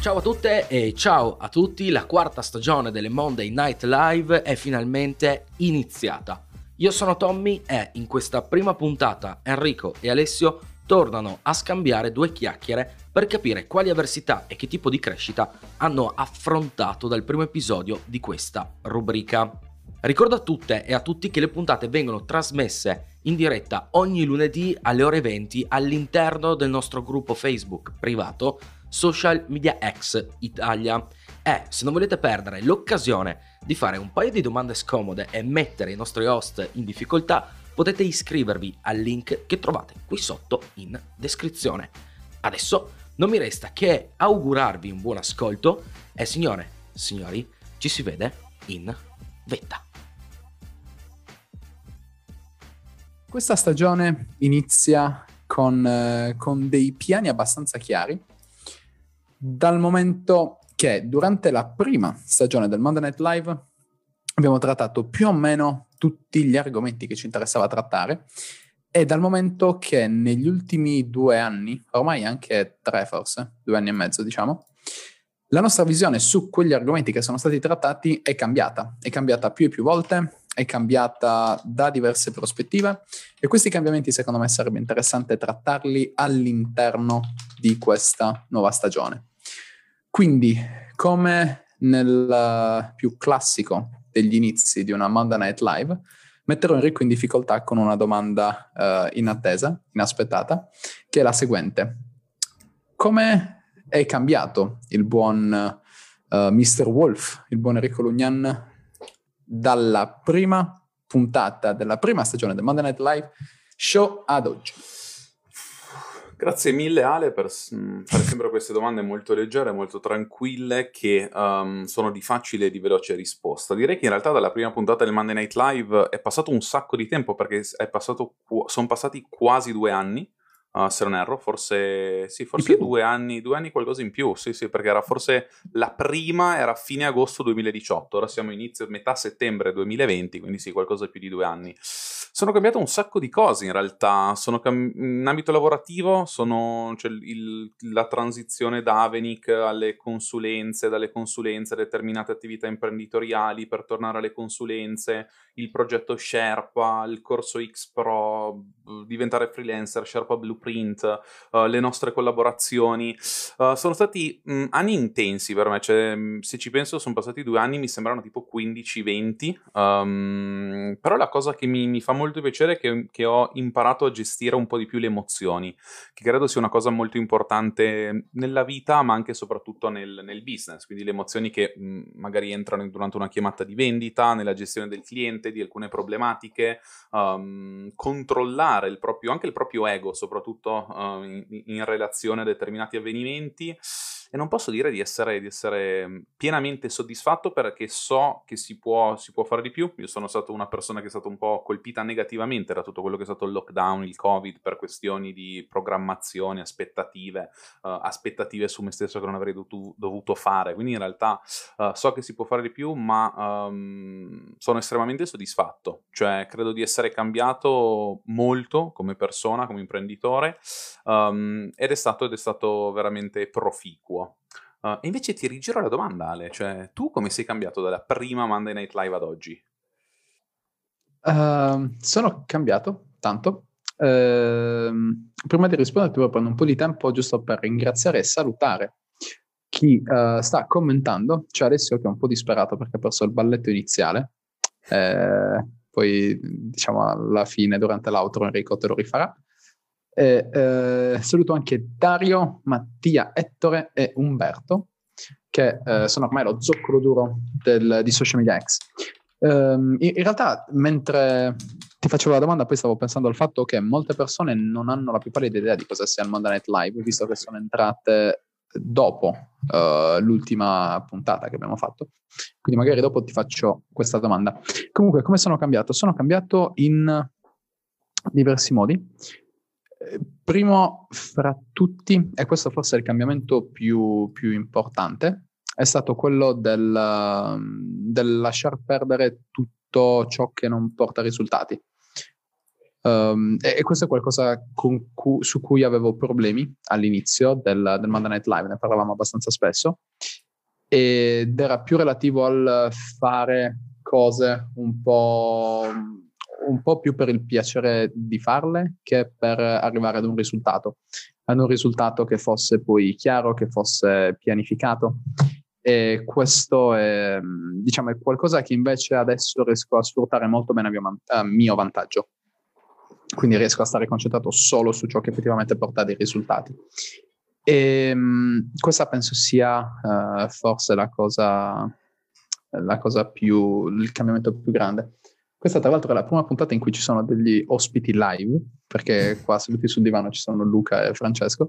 Ciao a tutte e ciao a tutti, la quarta stagione delle Monday Night Live è finalmente iniziata. Io sono Tommy e in questa prima puntata Enrico e Alessio tornano a scambiare due chiacchiere per capire quali avversità e che tipo di crescita hanno affrontato dal primo episodio di questa rubrica. Ricordo a tutte e a tutti che le puntate vengono trasmesse in diretta ogni lunedì alle ore 20 all'interno del nostro gruppo Facebook privato Social Media X Italia. E se non volete perdere l'occasione di fare un paio di domande scomode e mettere i nostri host in difficoltà, potete iscrivervi al link che trovate qui sotto in descrizione. Adesso non mi resta che augurarvi un buon ascolto e signori, ci si vede in vetta. Questa stagione inizia con dei piani abbastanza chiari, dal momento che durante la prima stagione del Monday Night Live abbiamo trattato più o meno tutti gli argomenti che ci interessava trattare, e dal momento che negli ultimi 2 anni, ormai anche 3 forse, 2 anni e mezzo diciamo, la nostra visione su quegli argomenti che sono stati trattati è cambiata più e più volte, è cambiata da diverse prospettive, e questi cambiamenti secondo me sarebbe interessante trattarli all'interno di questa nuova stagione. Quindi, come nel più classico degli inizi di una Monday Night Live, metterò Enrico in difficoltà con una domanda inaspettata, che è la seguente. Come è cambiato il buon Mr. Wolf, il buon Enrico Lugnan, dalla prima puntata della prima stagione del Monday Night Live Show ad oggi? Grazie mille Ale per fare sempre queste domande molto leggere, molto tranquille, che sono di facile e di veloce risposta. Direi che in realtà dalla prima puntata del Monday Night Live è passato un sacco di tempo, perché sono passati quasi 2 anni, se non erro, forse 2 anni qualcosa in più, sì, perché era forse la prima era fine agosto 2018, ora siamo metà settembre 2020, quindi sì, qualcosa più di 2 anni. Sono cambiate un sacco di cose in realtà, in ambito lavorativo, la transizione da Avenic alle consulenze, dalle consulenze a determinate attività imprenditoriali per tornare alle consulenze, il progetto Sherpa, il corso X Pro, diventare freelancer, Sherpa Blueprint, le nostre collaborazioni. Sono stati anni intensi per me, cioè, se ci penso sono passati 2 anni, mi sembrano tipo 15-20, però la cosa che mi fa molto piacere è che ho imparato a gestire un po' di più le emozioni, che credo sia una cosa molto importante nella vita, ma anche e soprattutto nel business, quindi le emozioni che magari entrano durante una chiamata di vendita, nella gestione del cliente, di alcune problematiche, controllare anche il proprio ego, soprattutto in relazione a determinati avvenimenti. E non posso dire di essere pienamente soddisfatto, perché so che si può fare di più. Io sono stato una persona che è stata un po' colpita negativamente da tutto quello che è stato il lockdown, il Covid, per questioni di programmazione, aspettative su me stesso che non avrei dovuto fare. Quindi in realtà so che si può fare di più, ma sono estremamente soddisfatto. Cioè, credo di essere cambiato molto come persona, come imprenditore, ed è stato veramente proficuo. E invece ti rigiro la domanda, Ale, cioè tu come sei cambiato dalla prima Monday Night Live ad oggi? Sono cambiato tanto. Prima di rispondere ti voglio prendere un po' di tempo giusto per ringraziare e salutare chi sta commentando. C'è Alessio che è un po' disperato perché ha perso il balletto iniziale, poi diciamo alla fine, durante l'outro, Enrico te lo rifarà. Saluto anche Dario, Mattia, Ettore e Umberto, che sono ormai lo zoccolo duro di Social Media X. In realtà, mentre ti facevo la domanda, poi stavo pensando al fatto che molte persone non hanno la più pallida idea di cosa sia il Monday Night Live, visto che sono entrate dopo l'ultima puntata che abbiamo fatto. Quindi magari dopo ti faccio questa domanda. Comunque, come sono cambiato? Sono cambiato in diversi modi. Primo fra tutti, e questo forse è il cambiamento più importante, è stato quello del lasciar perdere tutto ciò che non porta risultati. E questo è qualcosa su cui avevo problemi all'inizio del Monday Night Live, ne parlavamo abbastanza spesso, ed era più relativo al fare cose un po' più per il piacere di farle che per arrivare ad un risultato che fosse poi chiaro, che fosse pianificato. E questo è, diciamo, è qualcosa che invece adesso riesco a sfruttare molto bene a mio vantaggio. Quindi riesco a stare concentrato solo su ciò che effettivamente porta dei risultati. E questa penso sia forse il cambiamento più grande. Questa tra l'altro è la prima puntata in cui ci sono degli ospiti live, perché qua seduti sul divano ci sono Luca e Francesco.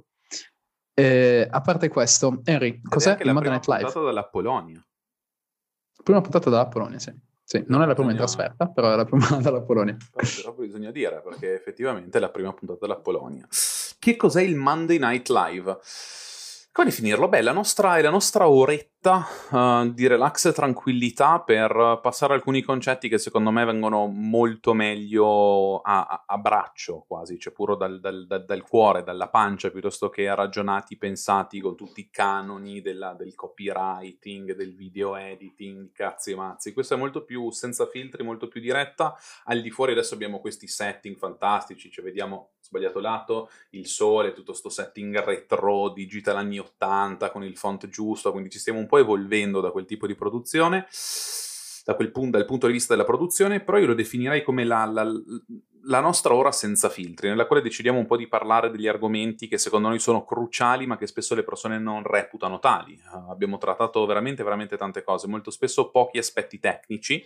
A parte questo, Henry, cos'è il Monday Night Live? La prima puntata dalla Polonia. Prima puntata dalla Polonia, sì. Sì, non è la prima in trasferta, però è la prima dalla Polonia. Però bisogna dire, perché effettivamente è la prima puntata della Polonia. Che cos'è il Monday Night Live? Come definirlo? Beh, è la nostra oretta di relax e tranquillità per passare alcuni concetti che secondo me vengono molto meglio a braccio, quasi, cioè puro dal cuore, dalla pancia, piuttosto che ragionati, pensati con tutti i canoni del copywriting, del video editing, cazzi e mazzi. Questo è molto più senza filtri, molto più diretta. Al di fuori adesso abbiamo questi setting fantastici, cioè vediamo, sbagliato lato, il sole, tutto sto setting retro, digital anni 80 con il font giusto, quindi ci stiamo un po' evolvendo da quel tipo di produzione, dal punto di vista della produzione, però io lo definirei come la nostra ora senza filtri, nella quale decidiamo un po' di parlare degli argomenti che secondo noi sono cruciali, ma che spesso le persone non reputano tali. Abbiamo trattato veramente, veramente tante cose, molto spesso pochi aspetti tecnici,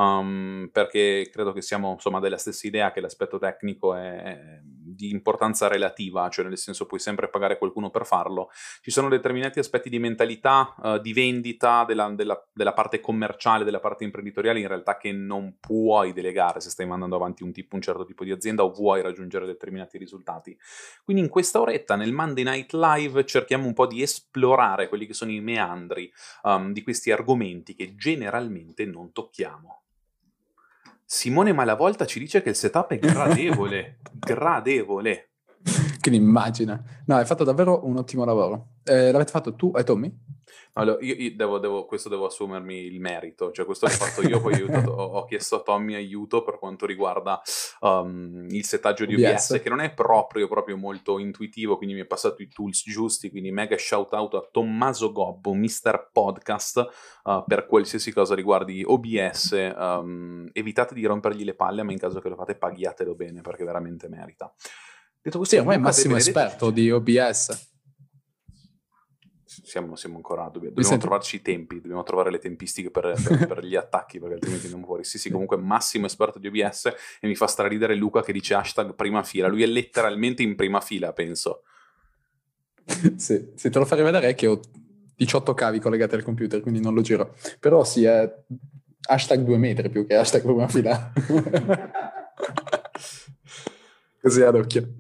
perché credo che siamo insomma della stessa idea che l'aspetto tecnico è di importanza relativa, cioè nel senso puoi sempre pagare qualcuno per farlo. Ci sono determinati aspetti di mentalità, di vendita, della parte commerciale, della parte imprenditoriale in realtà che non puoi delegare se stai mandando avanti un certo tipo di azienda o vuoi raggiungere determinati risultati. Quindi in questa oretta nel Monday Night Live cerchiamo un po' di esplorare quelli che sono i meandri di questi argomenti che generalmente non tocchiamo. Simone Malavolta ci dice che il setup è gradevole. Gradevole. Quindi immagina. No, hai fatto davvero un ottimo lavoro. L'avete fatto tu e Tommy? Allora, io questo devo assumermi il merito, cioè questo l'ho fatto io, poi ho chiesto a Tommy aiuto per quanto riguarda il settaggio di OBS, che non è proprio molto intuitivo, quindi mi ha passato i tools giusti, quindi mega shout out a Tommaso Gobbo, Mr. Podcast, per qualsiasi cosa riguardi OBS, evitate di rompergli le palle, ma in caso che lo fate paghiatelo bene, perché veramente merita. Detto questo, sì, ormai è massimo esperto di OBS. Siamo ancora dobbiamo trovarci i tempi, dobbiamo trovare le tempistiche per gli attacchi, perché altrimenti andiamo fuori. Sì, comunque massimo esperto di OBS, e mi fa straridere Luca che dice hashtag prima fila. Lui è letteralmente in prima fila, penso. Sì, te lo farei vedere che ho 18 cavi collegati al computer, quindi non lo giro. Però sì, è hashtag 2 metri più che hashtag prima fila. Così ad occhio.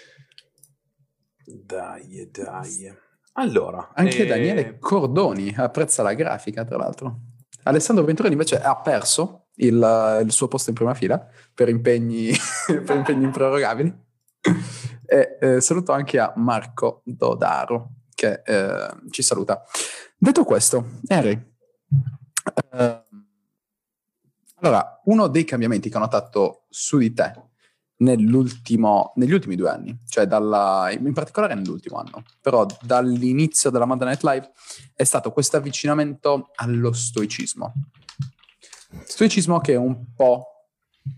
Dai. Allora, anche Daniele Cordoni apprezza la grafica, tra l'altro. Alessandro Venturini invece ha perso il suo posto in prima fila per impegni improrogabili. E saluto anche a Marco Dodaro che ci saluta. Detto questo, Henry, allora, uno dei cambiamenti che ho notato su di te negli ultimi 2 anni, cioè in particolare nell'ultimo anno, però dall'inizio della Monday Night Live, è stato questo avvicinamento allo stoicismo. Stoicismo che è un po'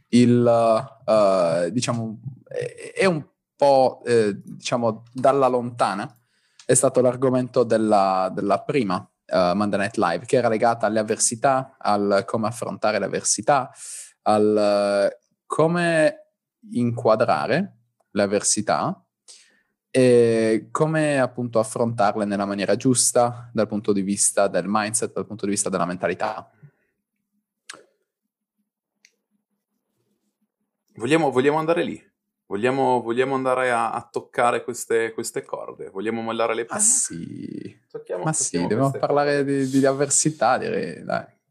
diciamo, è un po' diciamo dalla lontana, è stato l'argomento della prima Monday Night Live, che era legata alle avversità, al come affrontare le avversità, al come inquadrare le avversità e come appunto affrontarle nella maniera giusta dal punto di vista del mindset, dal punto di vista della mentalità. Vogliamo andare lì? Vogliamo andare a toccare queste corde? Vogliamo mollare le penne? Ma sì, dobbiamo parlare di avversità, direi, dai.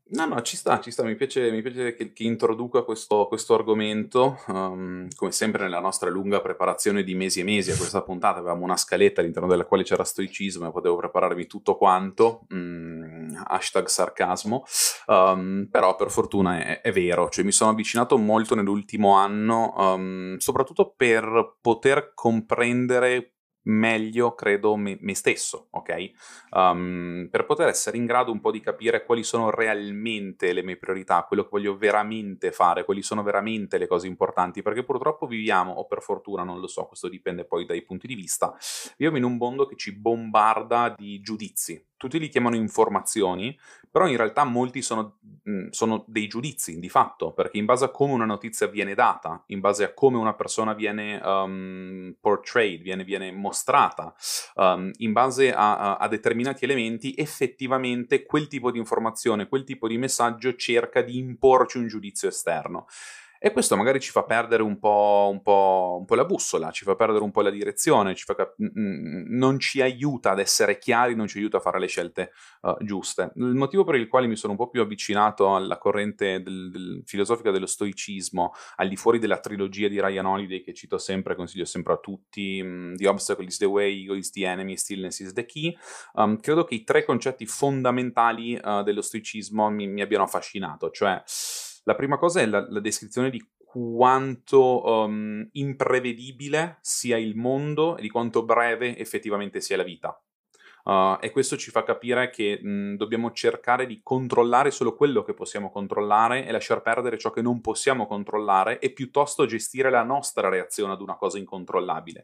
No, ci sta, mi piace che introduca questo argomento. Come sempre nella nostra lunga preparazione di mesi e mesi a questa puntata avevamo una scaletta all'interno della quale c'era stoicismo e potevo prepararmi tutto quanto, hashtag sarcasmo, però per fortuna è vero, cioè mi sono avvicinato molto nell'ultimo anno, soprattutto per poter comprendere meglio, credo, me stesso, ok? Per poter essere in grado un po' di capire quali sono realmente le mie priorità, quello che voglio veramente fare, quali sono veramente le cose importanti, perché purtroppo viviamo, o per fortuna, non lo so, questo dipende poi dai punti di vista, viviamo in un mondo che ci bombarda di giudizi. Tutti li chiamano informazioni, però in realtà molti sono dei giudizi, di fatto, perché in base a come una notizia viene data, in base a come una persona viene portrayed, viene mostrata, in base a determinati elementi, effettivamente quel tipo di informazione, quel tipo di messaggio cerca di imporci un giudizio esterno. E questo magari ci fa perdere un po' la bussola, ci fa perdere un po' la direzione, non ci aiuta ad essere chiari, non ci aiuta a fare le scelte giuste. Il motivo per il quale mi sono un po' più avvicinato alla corrente filosofica dello stoicismo, al di fuori della trilogia di Ryan Holiday che cito sempre, consiglio sempre a tutti, The Obstacle is the Way, Ego is the Enemy, Stillness is the Key, credo che i tre concetti fondamentali dello stoicismo mi abbiano affascinato, cioè la prima cosa è la descrizione di quanto imprevedibile sia il mondo e di quanto breve effettivamente sia la vita. E questo ci fa capire che dobbiamo cercare di controllare solo quello che possiamo controllare e lasciar perdere ciò che non possiamo controllare e piuttosto gestire la nostra reazione ad una cosa incontrollabile.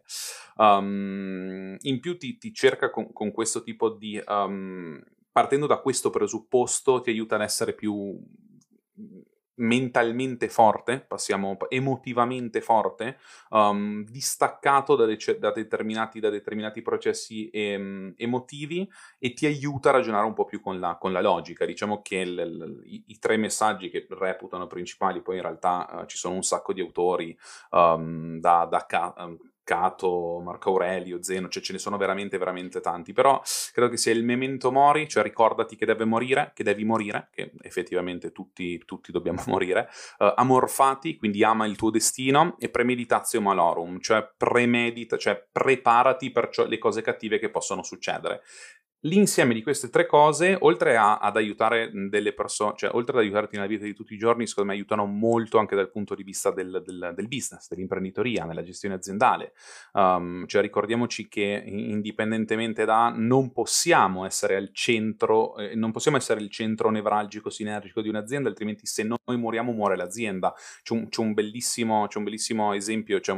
In più ti cerca con questo tipo di... partendo da questo presupposto ti aiuta ad essere più mentalmente forte, passiamo emotivamente forte, distaccato da determinati processi emotivi, e ti aiuta a ragionare un po' più con la logica. Diciamo che i tre messaggi che reputano principali, poi in realtà ci sono un sacco di autori, Cato, Marco Aurelio, Zeno, cioè ce ne sono veramente veramente tanti, però credo che sia il memento mori, cioè ricordati che devi morire, che effettivamente tutti dobbiamo morire, amor fati, quindi ama il tuo destino, e premeditatio malorum, cioè preparati per le cose cattive che possono succedere. L'insieme di queste tre cose, oltre ad aiutare delle persone, cioè oltre ad aiutarti nella vita di tutti i giorni, secondo me aiutano molto anche dal punto di vista del business, dell'imprenditoria, nella gestione aziendale. Cioè ricordiamoci che indipendentemente non possiamo essere al centro, non possiamo essere il centro nevralgico, sinergico di un'azienda, altrimenti se noi moriamo muore l'azienda. C'è un bellissimo esempio, c'è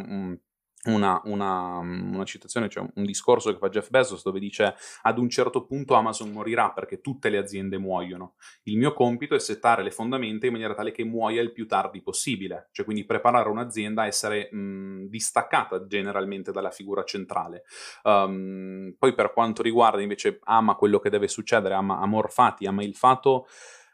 una citazione, cioè un discorso che fa Jeff Bezos, dove dice: ad un certo punto Amazon morirà perché tutte le aziende muoiono. Il mio compito è settare le fondamenta in maniera tale che muoia il più tardi possibile, cioè quindi preparare un'azienda a essere distaccata generalmente dalla figura centrale. Poi per quanto riguarda invece ama quello che deve succedere, ama amor fati, ama il fato,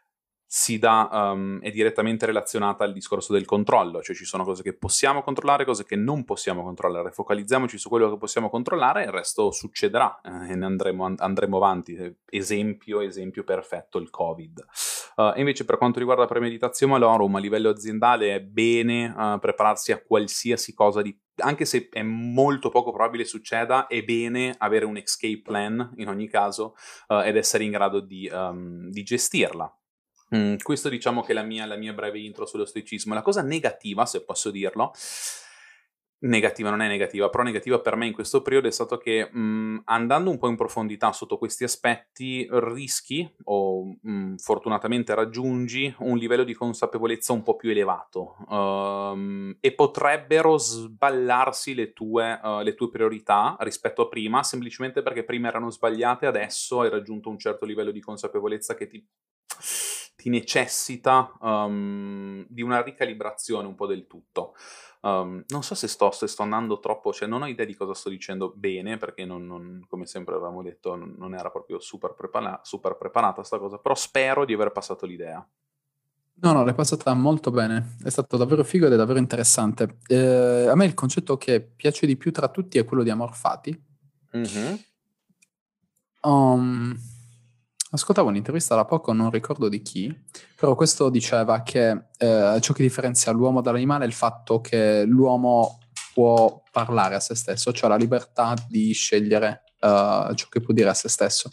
è direttamente relazionata al discorso del controllo, cioè ci sono cose che possiamo controllare, cose che non possiamo controllare, focalizziamoci su quello che possiamo controllare e il resto succederà, e ne andremo avanti. Esempio perfetto, il Covid. E invece per quanto riguarda premeditazione malorum, a livello aziendale è bene prepararsi a qualsiasi cosa anche se è molto poco probabile succeda, è bene avere un escape plan in ogni caso, ed essere in grado di gestirla. Questo diciamo che è la mia breve intro sullo stoicismo. La cosa negativa, se posso dirlo, negativa non è negativa, però negativa per me in questo periodo è stato che andando un po' in profondità sotto questi aspetti rischi, o fortunatamente raggiungi, un livello di consapevolezza un po' più elevato, e potrebbero sballarsi le tue priorità rispetto a prima, semplicemente perché prima erano sbagliate, adesso hai raggiunto un certo livello di consapevolezza che ti necessita di una ricalibrazione un po' del tutto. Non so se sto andando troppo, cioè non ho idea di cosa sto dicendo bene, perché non come sempre avevamo detto, non era proprio super preparata sta cosa, però spero di aver passato l'idea. No, l'hai passata molto bene, è stato davvero figo ed è davvero interessante. A me il concetto che piace di più tra tutti è quello di amor fati. Mm-hmm. Ascoltavo un'intervista da poco, non ricordo di chi, però questo diceva che ciò che differenzia l'uomo dall'animale è il fatto che l'uomo può parlare a se stesso, cioè la libertà di scegliere ciò che può dire a se stesso.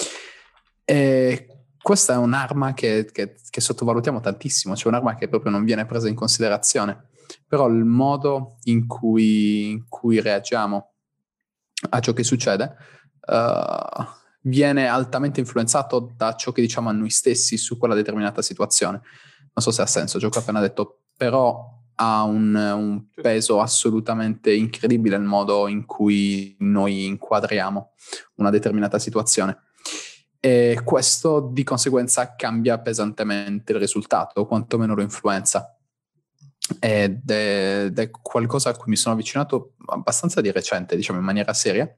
E questa è un'arma che sottovalutiamo tantissimo, cioè un'arma che proprio non viene presa in considerazione, però il modo in cui reagiamo a ciò che succede viene altamente influenzato da ciò che diciamo a noi stessi su quella determinata situazione. Non so se ha senso ciò che ho appena detto, però ha un peso assolutamente incredibile il modo in cui noi inquadriamo una determinata situazione. E questo di conseguenza cambia pesantemente il risultato, o quantomeno lo influenza. Ed è qualcosa a cui mi sono avvicinato abbastanza di recente, diciamo in maniera seria.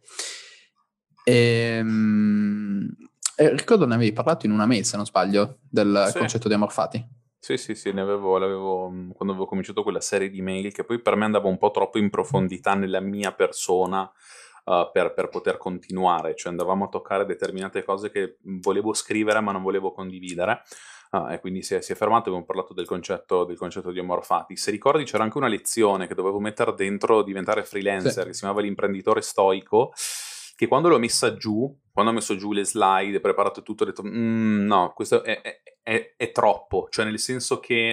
E ricordo ne avevi parlato in una mail, se non sbaglio, del concetto di amorfati. Sì, l'avevo quando avevo cominciato quella serie di mail, che poi per me andava un po' troppo in profondità nella mia persona per poter continuare, cioè andavamo a toccare determinate cose che volevo scrivere ma non volevo condividere. E quindi si è fermato e abbiamo parlato del concetto di amorfati. Se ricordi c'era anche una lezione che dovevo mettere dentro diventare freelancer, che si chiamava l'imprenditore stoico, che quando l'ho messa giù, quando ho messo giù le slide, preparato tutto, ho detto no, questo è troppo, cioè nel senso che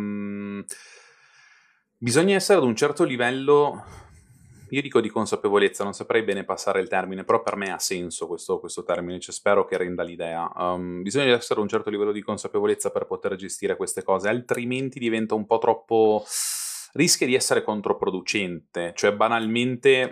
bisogna essere ad un certo livello, io dico di consapevolezza, non saprei bene passare il termine, però per me ha senso questo termine, cioè spero che renda l'idea. Bisogna essere ad un certo livello di consapevolezza per poter gestire queste cose, altrimenti diventa un po' troppo, rischia di essere controproducente, cioè banalmente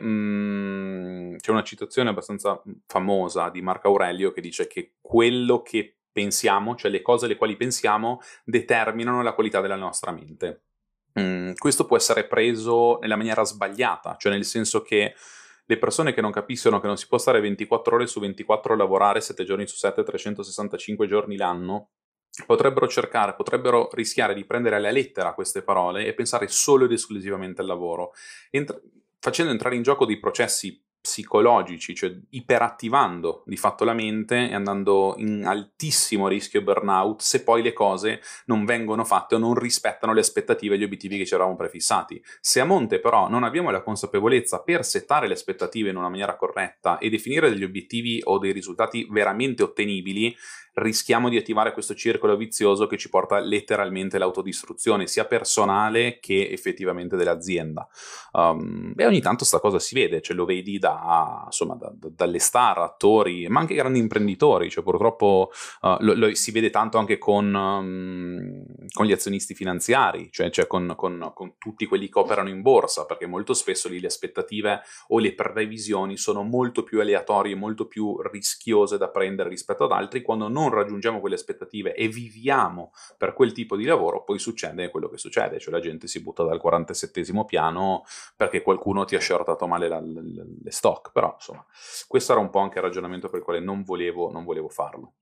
c'è una citazione abbastanza famosa di Marco Aurelio che dice che quello che pensiamo, cioè le cose alle quali pensiamo, determinano la qualità della nostra mente. Questo può essere preso nella maniera sbagliata, cioè nel senso che le persone che non capiscono che non si può stare 24 ore su 24 a lavorare 7 giorni su 7, 365 giorni l'anno, potrebbero rischiare di prendere alla lettera queste parole e pensare solo ed esclusivamente al lavoro, facendo entrare in gioco dei processi psicologici, cioè iperattivando di fatto la mente e andando in altissimo rischio burnout se poi le cose non vengono fatte o non rispettano le aspettative e gli obiettivi che ci eravamo prefissati. Se a monte però non abbiamo la consapevolezza per settare le aspettative in una maniera corretta e definire degli obiettivi o dei risultati veramente ottenibili, rischiamo di attivare questo circolo vizioso che ci porta letteralmente all'autodistruzione, sia personale che effettivamente dell'azienda. E ogni tanto sta cosa si vede, cioè lo vedi dalle star, attori, ma anche grandi imprenditori, cioè purtroppo si vede tanto anche con gli azionisti finanziari, cioè con tutti quelli che operano in borsa, perché molto spesso lì le aspettative o le previsioni sono molto più aleatorie, molto più rischiose da prendere rispetto ad altri. Quando non raggiungiamo quelle aspettative e viviamo per quel tipo di lavoro, poi succede quello che succede, cioè la gente si butta dal 47esimo piano perché qualcuno ti ha shortato male le stock. Però insomma questo era un po' anche il ragionamento per il quale non volevo farlo.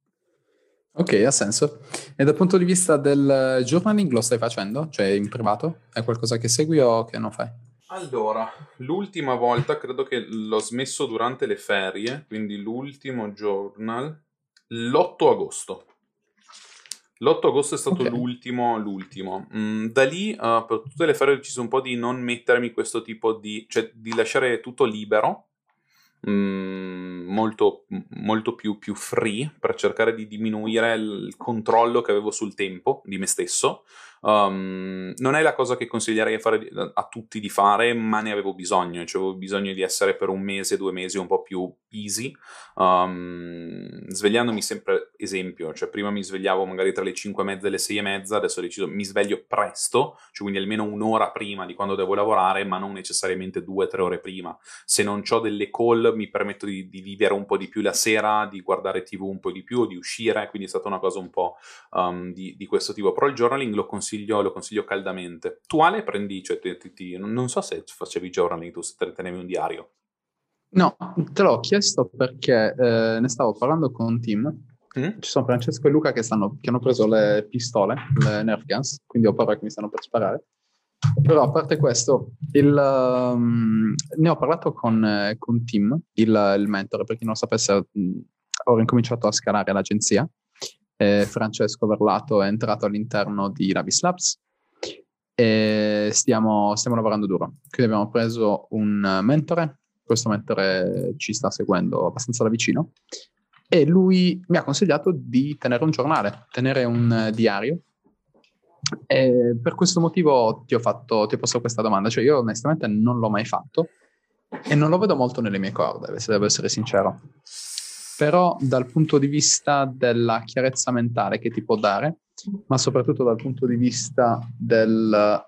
Ok, ha senso. E dal punto di vista del journaling lo stai facendo? Cioè in privato? È qualcosa che segui o che non fai? Allora, l'ultima volta credo che l'ho smesso durante le ferie, quindi l'ultimo journal l'8 agosto. L'8 agosto è stato l'ultimo. Da lì, per tutte le ferie ho deciso un po' di non mettermi questo tipo cioè di lasciare tutto libero, molto, molto più free, per cercare di diminuire il controllo che avevo sul tempo di me stesso. Non è la cosa che consiglierei a tutti di fare, ma ne avevo bisogno, cioè avevo bisogno di essere per 1 mese, 2 mesi un po' più easy, svegliandomi sempre, esempio, cioè prima mi svegliavo magari tra le 5:30 e le 6:30, adesso ho deciso mi sveglio presto, cioè quindi almeno 1 ora prima di quando devo lavorare, ma non necessariamente 2-3 ore prima. Se non ho delle call mi permetto di vivere un po' di più la sera, di guardare TV un po' di più, di uscire, quindi è stata una cosa un po' di questo tipo. Però il journaling lo consiglio caldamente. Tu Ale prendi, cioè non so se facevi journaling, tu se te tenevi un diario. No, te l'ho chiesto perché ne stavo parlando con Tim. Ci sono Francesco e Luca che hanno preso le pistole, le Nerf Guns, quindi ho paura che mi stanno per sparare. Però a parte questo, ne ho parlato con Tim, il mentore, per chi non lo sapesse, ho incominciato a scalare l'agenzia. Francesco Verlato è entrato all'interno di Labis Labs e stiamo lavorando duro. Quindi abbiamo preso un mentore, questo mentore ci sta seguendo abbastanza da vicino e lui mi ha consigliato di tenere un giornale, tenere un diario. E per questo motivo ti ho posto questa domanda, cioè io onestamente non l'ho mai fatto e non lo vedo molto nelle mie corde, se devo essere sincero, però dal punto di vista della chiarezza mentale che ti può dare, ma soprattutto dal punto di vista della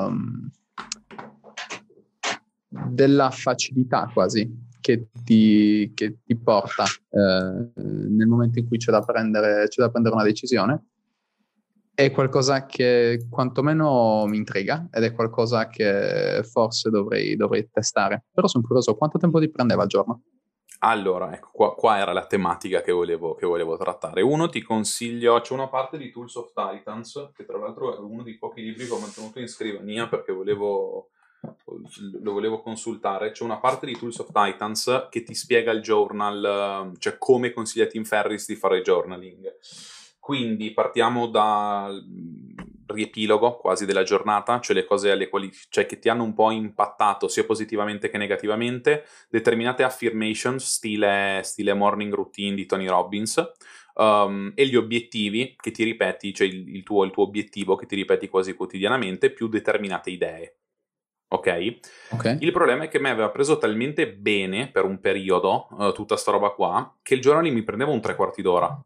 facilità quasi che ti porta nel momento in cui c'è da prendere una decisione, è qualcosa che quantomeno mi intriga ed è qualcosa che forse dovrei testare. Però sono curioso, quanto tempo ti prendeva al giorno? Allora, ecco, qua era la tematica che volevo trattare. Uno, ti consiglio, c'è una parte di Tools of Titans, che tra l'altro è uno dei pochi libri che ho mantenuto in scrivania perché lo volevo consultare. C'è una parte di Tools of Titans che ti spiega il journal, cioè come consiglia Tim Ferriss di fare journaling. Quindi partiamo dal riepilogo quasi della giornata, cioè le cose alle quali, cioè che ti hanno un po' impattato sia positivamente che negativamente, determinate affirmations stile morning routine di Tony Robbins, e gli obiettivi che ti ripeti, cioè il tuo obiettivo che ti ripeti quasi quotidianamente, più determinate idee. Ok? Il problema è che mi aveva preso talmente bene per un periodo tutta sta roba qua che il journaling mi prendeva un 3/4 d'ora.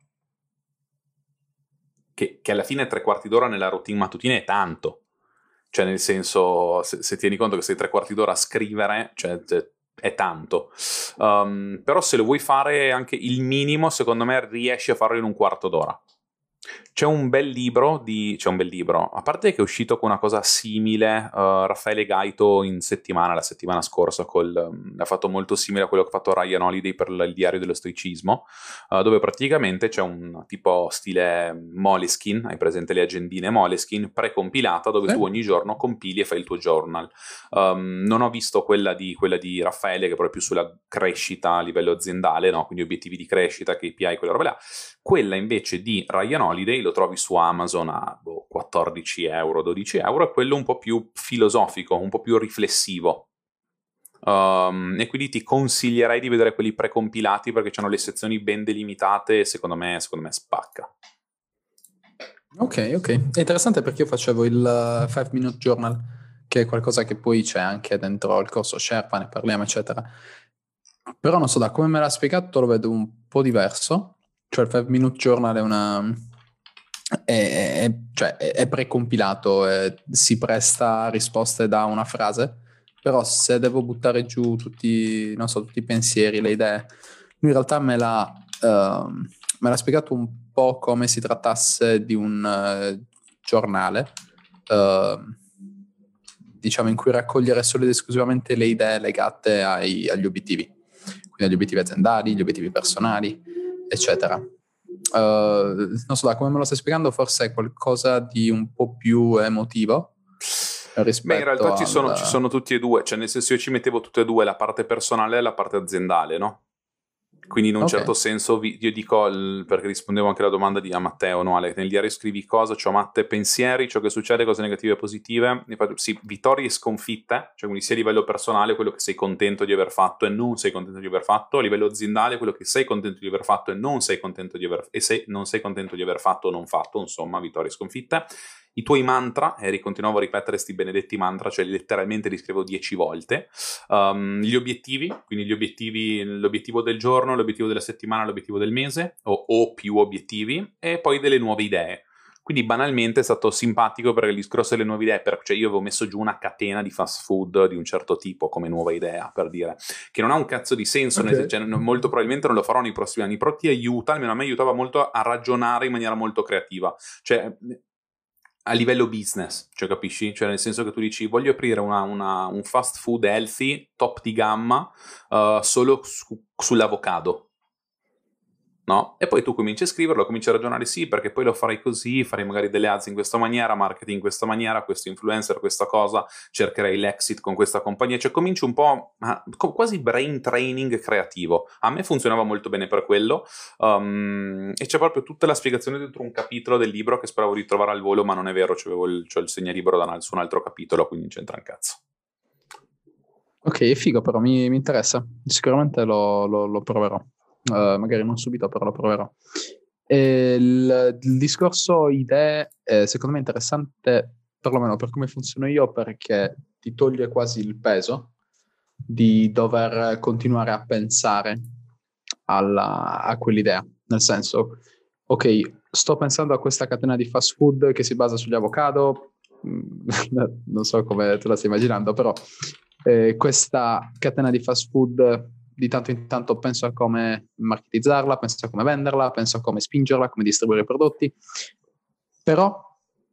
Che alla fine 3/4 d'ora nella routine mattutina è tanto. Cioè, nel senso, se tieni conto che sei 3/4 d'ora a scrivere, cioè è tanto. Però se lo vuoi fare anche il minimo, secondo me riesci a farlo in un quarto d'ora. C'è un bel libro, a parte che è uscito con una cosa simile, Raffaele Gaito la settimana scorsa, ha fatto molto simile a quello che ha fatto Ryan Holiday per il diario dello stoicismo, dove praticamente c'è un tipo stile Moleskine, hai presente le agendine Moleskine, precompilata, dove tu ogni giorno compili e fai il tuo journal. Non ho visto quella di Raffaele, che è proprio più sulla crescita a livello aziendale, no? Quindi obiettivi di crescita, KPI, quella roba là. Quella invece di Ryan Holiday lo trovi su Amazon a 14 euro, 12 euro, è quello un po' più filosofico, un po' più riflessivo. E quindi ti consiglierei di vedere quelli precompilati perché hanno le sezioni ben delimitate e secondo me spacca. Ok. È interessante perché io facevo il 5 Minute Journal, che è qualcosa che poi c'è anche dentro il corso Sherpa, ne parliamo, eccetera. Però non so, da come me l'ha spiegato lo vedo un po' diverso. Cioè il 5 Minute Journal è precompilato, si presta a risposte da una frase, però se devo buttare giù tutti i pensieri, le idee, lui in realtà me l'ha spiegato un po' come si trattasse di un giornale, diciamo, in cui raccogliere solo ed esclusivamente le idee legate agli obiettivi, quindi agli obiettivi aziendali, gli obiettivi personali, eccetera. Non so, da come me lo stai spiegando, forse è qualcosa di un po' più emotivo rispetto. Beh, in realtà ci sono tutti e due, cioè nel senso io ci mettevo tutte e due, la parte personale e la parte aziendale, no? Quindi in un certo senso io dico, perché rispondevo anche alla domanda a Matteo, no Ale, nel diario scrivi cosa, c'ho matte pensieri, ciò che succede, cose negative e positive, sì, vittorie e sconfitte, cioè quindi sia a livello personale quello che sei contento di aver fatto e non sei contento di aver fatto, a livello aziendale quello che sei contento di aver fatto e non sei contento di aver fatto o non fatto, insomma, vittorie e sconfitte. I tuoi mantra, e continuavo a ripetere sti benedetti mantra, cioè letteralmente li scrivevo 10 volte, gli obiettivi, quindi l'obiettivo del giorno, l'obiettivo della settimana, l'obiettivo del mese, o più obiettivi, e poi delle nuove idee. Quindi banalmente è stato simpatico perché il discorso delle nuove idee, cioè io avevo messo giù una catena di fast food di un certo tipo come nuova idea, per dire, che non ha un cazzo di senso, cioè, molto probabilmente non lo farò nei prossimi anni, però ti aiuta, almeno a me aiutava molto a ragionare in maniera molto creativa, cioè a livello business, cioè capisci? Cioè nel senso che tu dici voglio aprire un fast food healthy, top di gamma, solo sull'avocado. no? E poi tu cominci a scriverlo, cominci a ragionare, sì, perché poi lo farai così, farei magari delle ads in questa maniera, marketing in questa maniera, questo influencer, questa cosa, cercherei l'exit con questa compagnia, cioè cominci un po' quasi brain training creativo. A me funzionava molto bene per quello, e c'è proprio tutta la spiegazione dentro un capitolo del libro che speravo di trovare al volo, ma non è vero, c'ho il segnalibro su un altro capitolo, quindi non c'entra un cazzo. Ok, è figo, però mi interessa. Sicuramente lo proverò. Magari non subito, però lo proverò. E il discorso idee, secondo me è interessante, perlomeno per come funziono io, perché ti toglie quasi il peso di dover continuare a pensare a quell'idea. Nel senso, ok, sto pensando a questa catena di fast food che si basa sugli avocado, non so come te la stai immaginando, però questa catena di fast food di tanto in tanto penso a come marketizzarla, penso a come venderla, penso a come spingerla, come distribuire i prodotti, però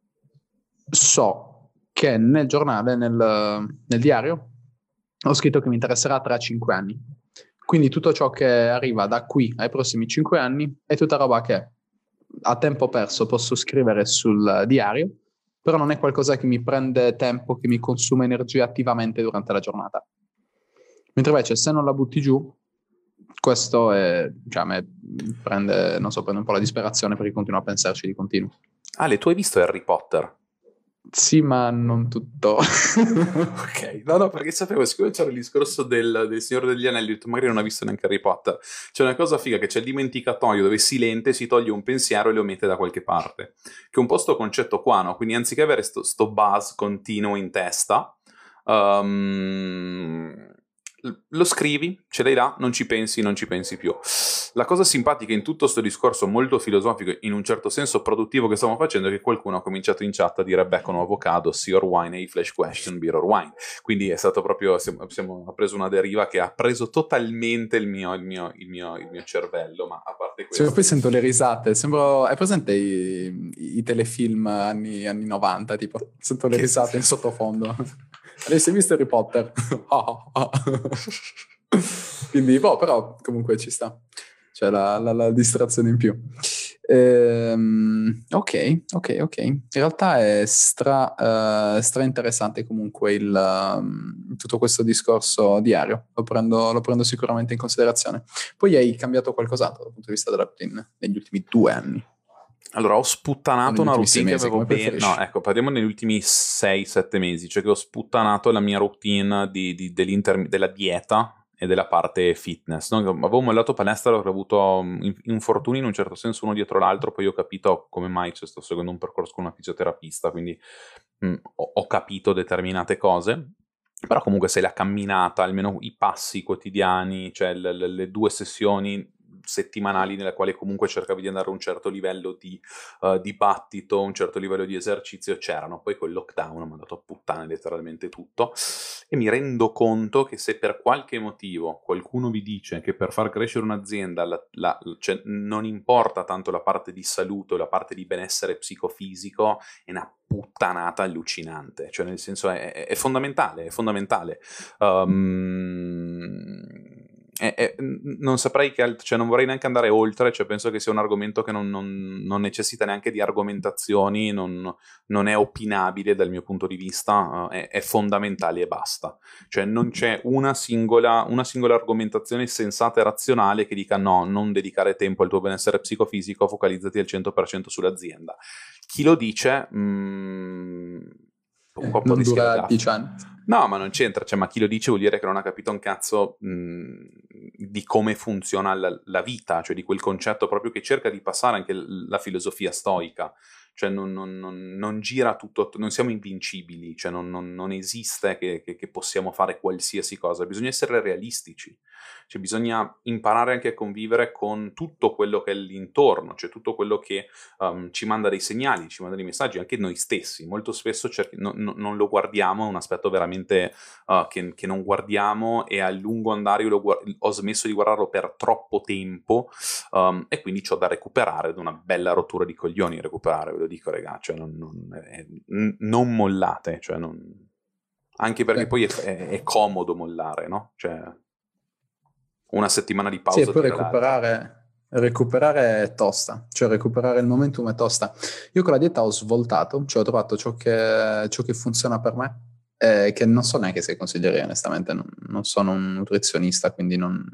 so che nel giornale, nel diario, ho scritto che mi interesserà tra 5 anni. Quindi tutto ciò che arriva da qui ai prossimi 5 anni è tutta roba che a tempo perso posso scrivere sul diario, però non è qualcosa che mi prende tempo, che mi consuma energia attivamente durante la giornata. Mentre invece se non la butti giù, questo è, cioè, a me prende un po' la disperazione perché continuo a pensarci di continuo. Ale, tu hai visto Harry Potter? Sì, ma non tutto. Ok, no, perché sapevo, siccome c'era il discorso del Signore degli Anelli, ho detto magari non ha visto neanche Harry Potter. C'è una cosa figa che c'è il dimenticatoio dove silente si toglie un pensiero e lo mette da qualche parte, che è un po' sto concetto qua, no? Quindi anziché avere sto buzz continuo in testa, lo scrivi, ce l'hai là, non ci pensi più. La cosa simpatica in tutto questo discorso molto filosofico, in un certo senso produttivo che stiamo facendo, è che qualcuno ha cominciato in chat a dire becco un avocado, sea or wine, a flash question, beer or wine. Quindi è stato proprio, ha preso una deriva che ha preso totalmente il mio cervello, ma a parte questo... Sì, poi sento le risate, hai presente i telefilm anni 90, tipo, sento le risate in sottofondo. Adesso hai visto Harry Potter? Quindi, però comunque ci sta. C'è la distrazione in più. Ok. In realtà è stra interessante comunque tutto questo discorso diario. Lo prendo sicuramente in considerazione. Poi hai cambiato qualcos'altro dal punto di vista della routine negli ultimi 2 anni? Allora, ho sputtanato una routine che avevo bene. No, ecco, parliamo negli ultimi 6-7 mesi, cioè che ho sputtanato la mia routine della dieta e della parte fitness. No? Avevo mollato palestra, avevo avuto infortuni in un certo senso uno dietro l'altro, poi ho capito come mai, cioè, sto seguendo un percorso con una fisioterapista, quindi ho capito determinate cose. Però comunque se la camminata, almeno i passi quotidiani, cioè le 2 sessioni settimanali nella quale comunque cercavi di andare a un certo livello di dibattito, un certo livello di esercizio c'erano. Poi col lockdown mi ha dato a puttane letteralmente tutto e mi rendo conto che se per qualche motivo qualcuno vi dice che per far crescere un'azienda cioè, non importa tanto la parte di salute o la parte di benessere psicofisico, è una puttanata allucinante, cioè nel senso è fondamentale, non saprei cioè non vorrei neanche andare oltre, cioè penso che sia un argomento che non necessita neanche di argomentazioni, non è opinabile dal mio punto di vista, è fondamentale e basta, cioè non c'è una singola argomentazione sensata e razionale che dica no, non dedicare tempo al tuo benessere psicofisico, focalizzati al 100% sull'azienda. Chi lo dice un po' non rischia la dura gaffa. 10 anni. No, ma non c'entra, cioè, ma chi lo dice vuol dire che non ha capito un cazzo di come funziona la vita, cioè di quel concetto proprio che cerca di passare anche la filosofia stoica, cioè non gira tutto, non siamo invincibili, cioè non esiste che possiamo fare qualsiasi cosa, bisogna essere realistici, cioè bisogna imparare anche a convivere con tutto quello che è l'intorno, cioè tutto quello che ci manda dei segnali, ci manda dei messaggi, anche noi stessi, molto spesso non lo guardiamo, è un aspetto veramente che non guardiamo e a lungo andare io ho smesso di guardarlo per troppo tempo e quindi c'ho da recuperare, ed una bella rottura di coglioni recuperare, ve lo dico raga, cioè non mollate, cioè anche perché poi è comodo mollare, no? Cioè una settimana di pausa sì, e poi recuperare recuperare è tosta, cioè recuperare il momentum è tosta. Io con la dieta ho svoltato, cioè ho trovato ciò che funziona per me, che non so neanche se consiglierei onestamente, non sono un nutrizionista, quindi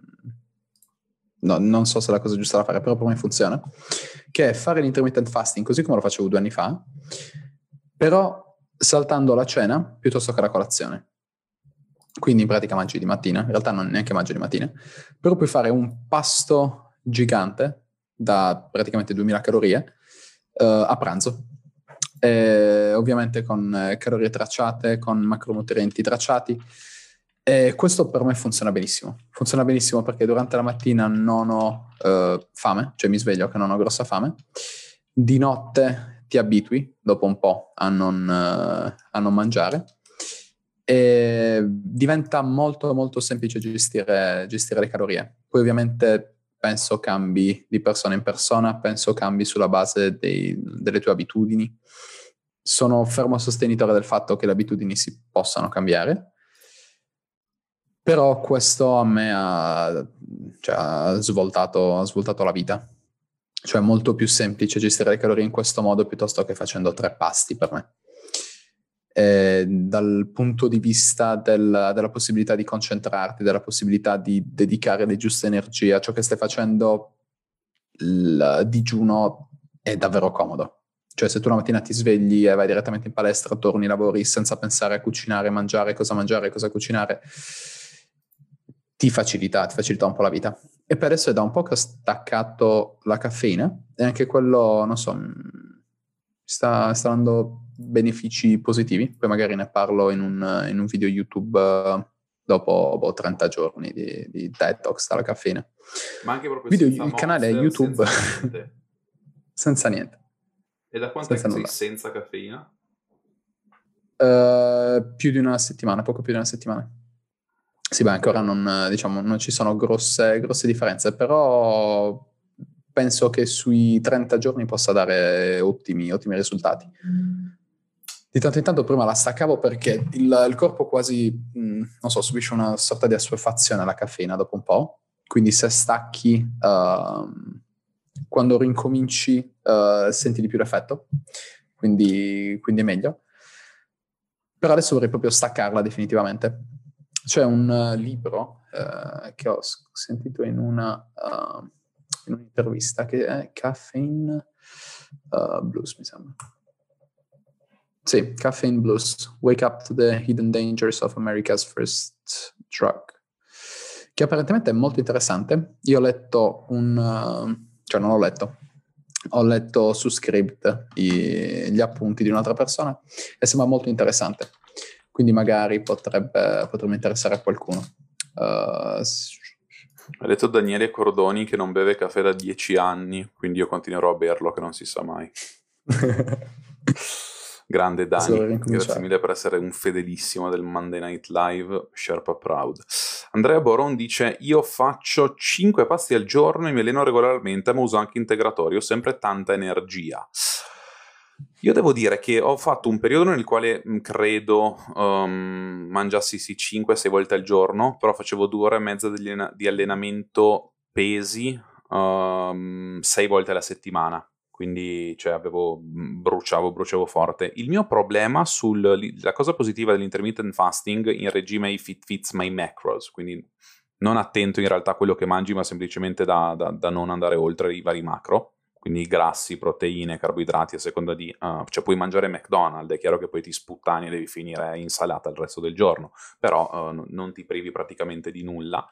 non so se è la cosa giusta da fare, però per me funziona, che è fare l'intermittent fasting così come lo facevo 2 anni fa, però saltando la cena piuttosto che la colazione. Quindi in pratica mangi di mattina, in realtà non neanche mangi di mattina, però puoi fare un pasto gigante da praticamente 2000 calorie a pranzo. Ovviamente con calorie tracciate, con macronutrienti tracciati. E questo per me funziona benissimo. Funziona benissimo perché durante la mattina non ho fame, cioè mi sveglio che non ho grossa fame. Di notte ti abitui dopo un po' a non mangiare e diventa molto molto semplice gestire le calorie. Poi ovviamente penso cambi di persona in persona, penso cambi sulla base delle tue abitudini. Sono fermo sostenitore del fatto che le abitudini si possano cambiare, però questo a me ha svoltato la vita. Cioè è molto più semplice gestire le calorie in questo modo piuttosto che facendo 3 pasti per me. Dal punto di vista della possibilità di concentrarti, della possibilità di dedicare le giuste energie a ciò che stai facendo, il digiuno è davvero comodo. Cioè se tu la mattina ti svegli e vai direttamente in palestra, torni, lavori senza pensare a cucinare, mangiare, cosa cucinare, ti facilita un po' la vita. E per adesso è da un po' che ho staccato la caffeina e anche quello, non so, sta dando benefici positivi. Poi magari ne parlo in un video YouTube dopo 30 giorni di detox dalla caffeina. Ma anche proprio senza Il canale è Monster, YouTube. senza niente. Senza niente. E da quanto è che sei nulla. senza caffeina? Più di una settimana, poco più di una settimana. Sì, beh, ancora non ci sono grosse differenze, però penso che sui 30 giorni possa dare ottimi risultati. Di tanto in tanto prima la staccavo perché il corpo quasi, non so, subisce una sorta di assuefazione alla caffeina dopo un po', quindi se stacchi, quando rincominci, senti di più l'effetto, quindi è meglio. Però adesso vorrei proprio staccarla definitivamente. C'è un libro che ho sentito in un'intervista che è Caffeine Blues, mi sembra. Sì, Caffeine Blues, Wake Up to the Hidden Dangers of America's First Drug, che apparentemente è molto interessante. Io ho letto cioè non ho letto, ho letto su Scribd gli appunti di un'altra persona e sembra molto interessante, quindi magari potrebbe interessare a qualcuno. Ha detto Daniele Cordoni che non beve caffè da 10 anni, quindi io continuerò a berlo, che non si sa mai. Grande Dani, grazie mille per essere un fedelissimo del Monday Night Live, Sherpa Proud. Andrea Boron dice: io faccio 5 pasti al giorno e mi alleno regolarmente, ma uso anche integratorio, sempre tanta energia. Io devo dire che ho fatto un periodo nel quale credo mangiassi sì 5-6 volte al giorno, però facevo 2 ore e mezza di allenamento pesi 6 volte alla settimana. Quindi cioè, bruciavo forte. Il mio problema la cosa positiva dell'intermittent fasting in regime It Fits My Macros, quindi non attento in realtà a quello che mangi, ma semplicemente da non andare oltre i vari macro, quindi grassi, proteine, carboidrati a seconda di... cioè puoi mangiare McDonald's, è chiaro che poi ti sputtani e devi finire insalata il resto del giorno, però non ti privi praticamente di nulla.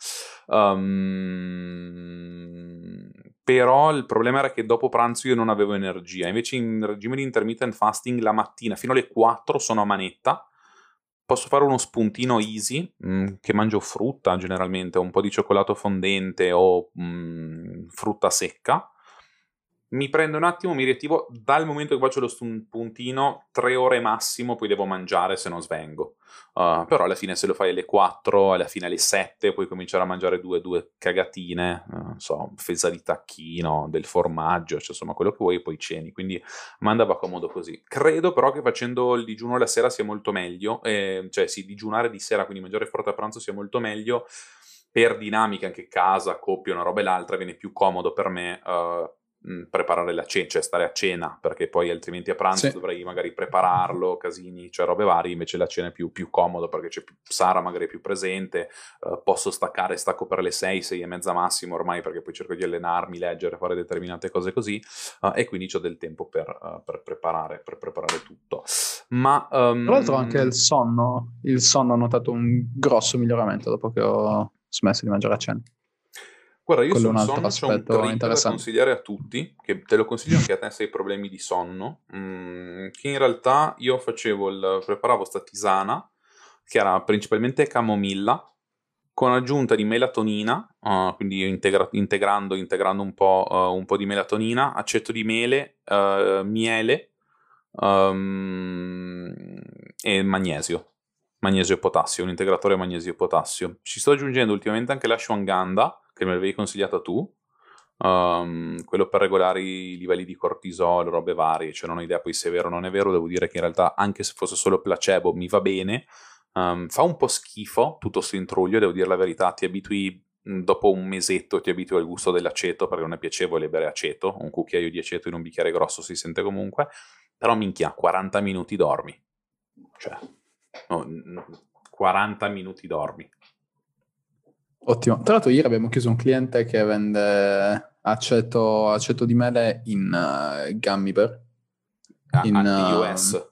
Però il problema era che dopo pranzo io non avevo energia, invece in regime di intermittent fasting la mattina fino alle 4 sono a manetta, posso fare uno spuntino easy, che mangio frutta generalmente, un po' di cioccolato fondente o frutta secca, mi prendo un attimo, mi riattivo, dal momento che faccio lo spuntino 3 ore massimo, poi devo mangiare se non svengo. Però alla fine se lo fai alle 4, alla fine alle 7 puoi cominciare a mangiare due cagatine, non so, fesa di tacchino, del formaggio, cioè insomma quello che vuoi e poi ceni, quindi mi andava comodo così. Credo però che facendo il digiuno la sera sia molto meglio, cioè sì, digiunare di sera, quindi mangiare forte a pranzo sia molto meglio, per dinamica anche casa, coppia, una roba e l'altra, viene più comodo per me preparare la cena, cioè stare a cena, perché poi altrimenti a pranzo dovrei magari prepararlo, casini, cioè robe varie. Invece la cena è più comodo perché c'è Sara magari più presente, posso stacco per le 6 e mezza massimo ormai, perché poi cerco di allenarmi, leggere, fare determinate cose così, e quindi ho del tempo per preparare tutto. Ma tra l'altro anche il sonno ho notato un grosso miglioramento dopo che ho smesso di mangiare a cena. Guarda, io sul sonno c'ho un trick da consigliare a tutti, che te lo consiglio anche a te se hai problemi di sonno, che in realtà io preparavo sta tisana, che era principalmente camomilla, con aggiunta di melatonina, quindi integrando un po' di melatonina, aceto di mele, miele e magnesio e potassio, un integratore magnesio e potassio. Ci sto aggiungendo ultimamente anche l'ashwagandha, che me l'avevi consigliata tu, quello per regolare i livelli di cortisolo, robe varie, cioè non ho idea poi se è vero o non è vero. Devo dire che in realtà anche se fosse solo placebo mi va bene. Fa un po' schifo tutto questo intruglio, devo dire la verità, ti abitui, dopo un mesetto ti abitui al gusto dell'aceto, perché non è piacevole bere aceto, un cucchiaio di aceto in un bicchiere grosso si sente comunque, però minchia, 40 minuti dormi, cioè 40 minuti dormi. Ottimo. Tra l'altro ieri abbiamo chiuso un cliente che vende aceto di mele in gummy bear. In US.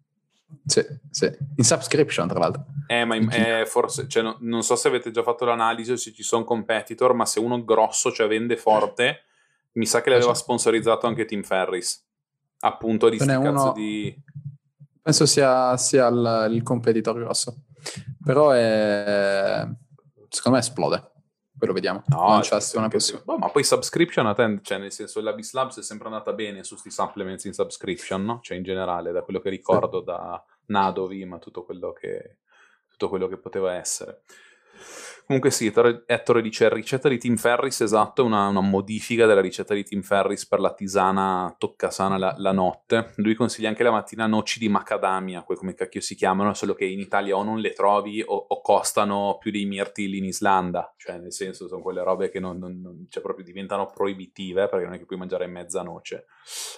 Sì, in subscription tra l'altro. Ma forse, cioè, non so se avete già fatto l'analisi o se ci sono competitor, ma se uno grosso, cioè vende forte, mi sa che l'aveva sponsorizzato anche Tim Ferriss, appunto di sti cazzo di... Penso sia il competitor grosso, però secondo me esplode. Poi lo vediamo. No, ma poi subscription a te, cioè nel senso l'Abyss Labs è sempre andata bene su sti supplements in subscription, no? Cioè in generale, da quello che ricordo, da Nadovi, ma tutto quello che poteva essere. Comunque sì, Ettore dice ricetta di Tim Ferriss, esatto, una modifica della ricetta di Tim Ferriss per la tisana toccasana la notte. Lui consiglia anche la mattina noci di macadamia, come cacchio si chiamano, solo che in Italia o non le trovi o costano più dei mirtilli in Islanda, cioè nel senso sono quelle robe che cioè proprio diventano proibitive, perché non è che puoi mangiare mezza noce.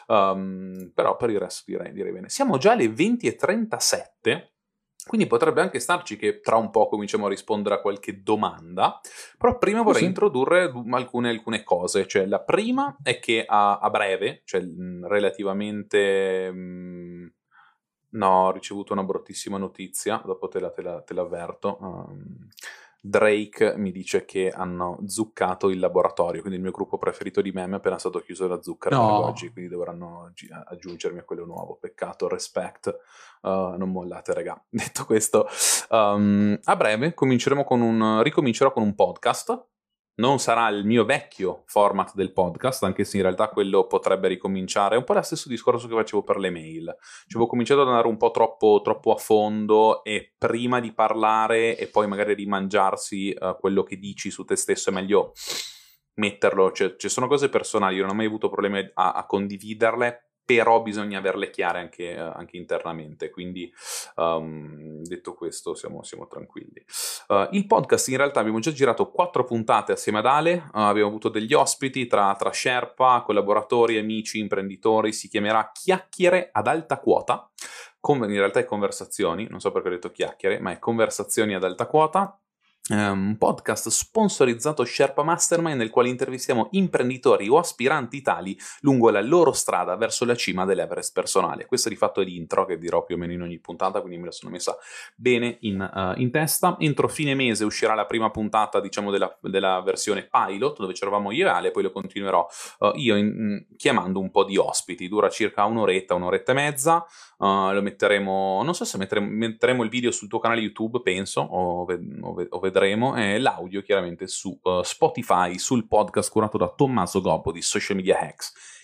Però per il resto direi bene. Siamo già alle 20:37. Quindi potrebbe anche starci che tra un po' cominciamo a rispondere a qualche domanda, però prima vorrei introdurre alcune cose. Cioè, la prima è che a breve, cioè relativamente... no, ho ricevuto una bruttissima notizia, dopo te l'avverto. Drake mi dice che hanno zuccato il laboratorio, quindi il mio gruppo preferito di meme è appena stato chiuso da Zuckerberg oggi, quindi dovranno aggiungermi a quello nuovo. Peccato, respect, non mollate, raga. Detto questo, a breve ricomincerò con un podcast. Non sarà il mio vecchio format del podcast, anche se in realtà quello potrebbe ricominciare. È un po' lo stesso discorso che facevo per le mail. Cioè, avevo cominciato ad andare un po' troppo a fondo, e prima di parlare e poi magari rimangiarsi quello che dici su te stesso è meglio metterlo. Cioè, ci sono cose personali, io non ho mai avuto problemi a condividerle, però bisogna averle chiare anche internamente, quindi detto questo siamo tranquilli. Il podcast in realtà abbiamo già girato 4 puntate assieme ad Ale, abbiamo avuto degli ospiti tra Sherpa, collaboratori, amici, imprenditori. Si chiamerà Chiacchiere ad alta quota, in realtà è conversazioni, non so perché ho detto chiacchiere, ma è conversazioni ad alta quota. Un podcast sponsorizzato Sherpa Mastermind, nel quale intervistiamo imprenditori o aspiranti tali lungo la loro strada verso la cima dell'Everest personale. Questo di fatto è l'intro che dirò più o meno in ogni puntata, quindi me la sono messa bene in testa. Entro fine mese uscirà la prima puntata, diciamo, della versione pilot, dove c'eravamo io e Ale, poi lo continuerò io chiamando un po' di ospiti. Dura circa un'oretta e mezza. Lo metteremo, non so se metteremo il video sul tuo canale YouTube, penso, o vedremo, e l'audio chiaramente su Spotify, sul podcast curato da Tommaso Gobbo di Social Media Hacks.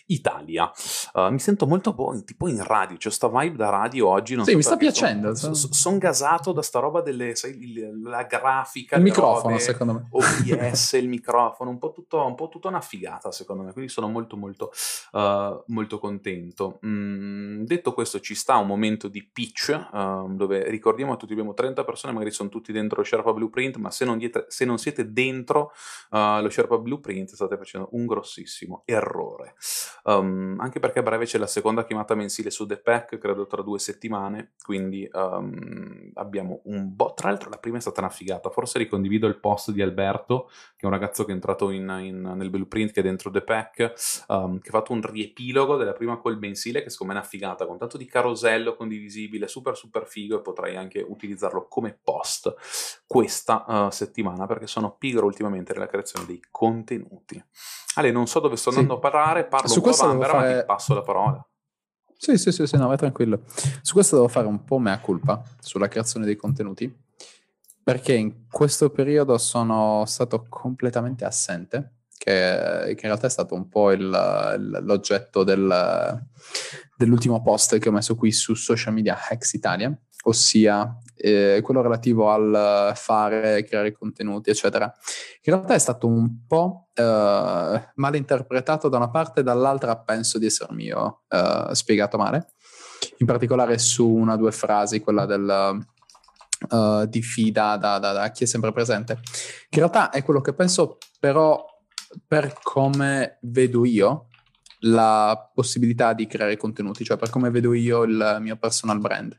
Italia. Mi sento molto tipo in radio, c'è sta vibe da radio oggi. Non Sì, so mi sta perché piacendo. Son gasato da sta roba delle, sai, la grafica, Il le microfono, robe, secondo me. OBS, il microfono, un po' tutta una figata secondo me, quindi sono molto molto contento. Detto questo, ci sta un momento di pitch dove ricordiamo a tutti, abbiamo 30 persone, magari sono tutti dentro lo Sherpa Blueprint, ma se non siete dentro lo Sherpa Blueprint state facendo un grossissimo errore. Anche perché a breve c'è la seconda chiamata mensile su The Pack, credo tra 2 settimane, quindi abbiamo un tra l'altro la prima è stata una figata, forse ricondivido il post di Alberto, che è un ragazzo che è entrato nel Blueprint, che è dentro The Pack, che ha fatto un riepilogo della prima call mensile, che secondo me è una figata, con tanto di carosello condivisibile, super figo, e potrei anche utilizzarlo come post questa settimana, perché sono pigro ultimamente nella creazione dei contenuti. Ale, non so dove sto andando a parlare, parlo Su un po' questo devo Bambera, ma fare... ti passo la parola. Sì, no, vai tranquillo. Su questo devo fare un po' mea culpa sulla creazione dei contenuti, perché in questo periodo sono stato completamente assente, che in realtà è stato un po' l'oggetto dell'ultimo post che ho messo qui su Social Media Hacks Italia, ossia quello relativo al fare, creare contenuti, eccetera. In realtà è stato un po' mal interpretato da una parte, e dall'altra penso di essermi io spiegato male, in particolare su una o due frasi, quella del diffida da chi è sempre presente, che in realtà è quello che penso, però per come vedo io la possibilità di creare contenuti, cioè per come vedo io il mio personal brand.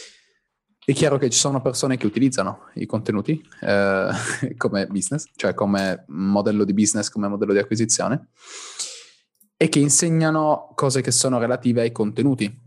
È chiaro che ci sono persone che utilizzano i contenuti come business, cioè come modello di business, come modello di acquisizione, e che insegnano cose che sono relative ai contenuti.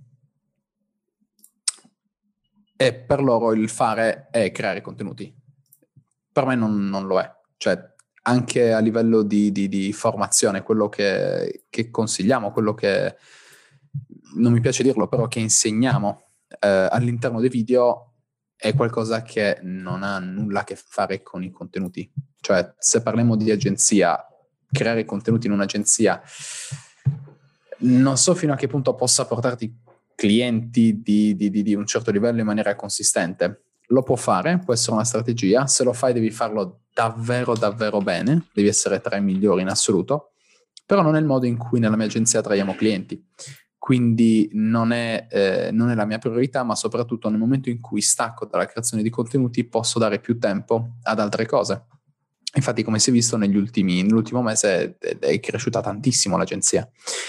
E per loro il fare è creare contenuti. Per me non lo è. Cioè, anche a livello di formazione, quello che consigliamo, quello che, non mi piace dirlo, però che insegniamo all'interno dei video è qualcosa che non ha nulla a che fare con i contenuti. Cioè, se parliamo di agenzia, creare contenuti in un'agenzia, non so fino a che punto possa portarti clienti di un certo livello in maniera consistente. Lo può fare, può essere una strategia. Se lo fai devi farlo davvero bene, devi essere tra i migliori in assoluto, però non è il modo in cui nella mia agenzia traiamo clienti. Quindi non è la mia priorità, ma soprattutto nel momento in cui stacco dalla creazione di contenuti posso dare più tempo ad altre cose. Infatti, come si è visto nell'ultimo mese, è cresciuta tantissimo l'agenzia.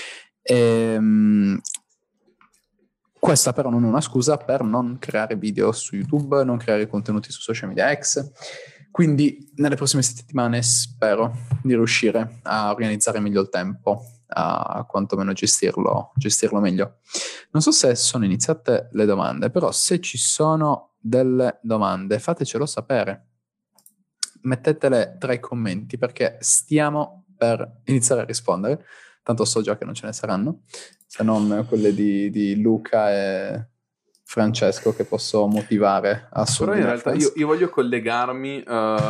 Questa però non è una scusa per non creare video su YouTube, non creare contenuti su Social Media X. Quindi nelle prossime settimane spero di riuscire a organizzare meglio il tempo, a quantomeno gestirlo meglio. Non so se sono iniziate le domande, però se ci sono delle domande fatecelo sapere. Mettetele tra i commenti, perché stiamo per iniziare a rispondere. Tanto so già che non ce ne saranno, se non quelle di Luca e Francesco, che posso motivare a Però in realtà io voglio collegarmi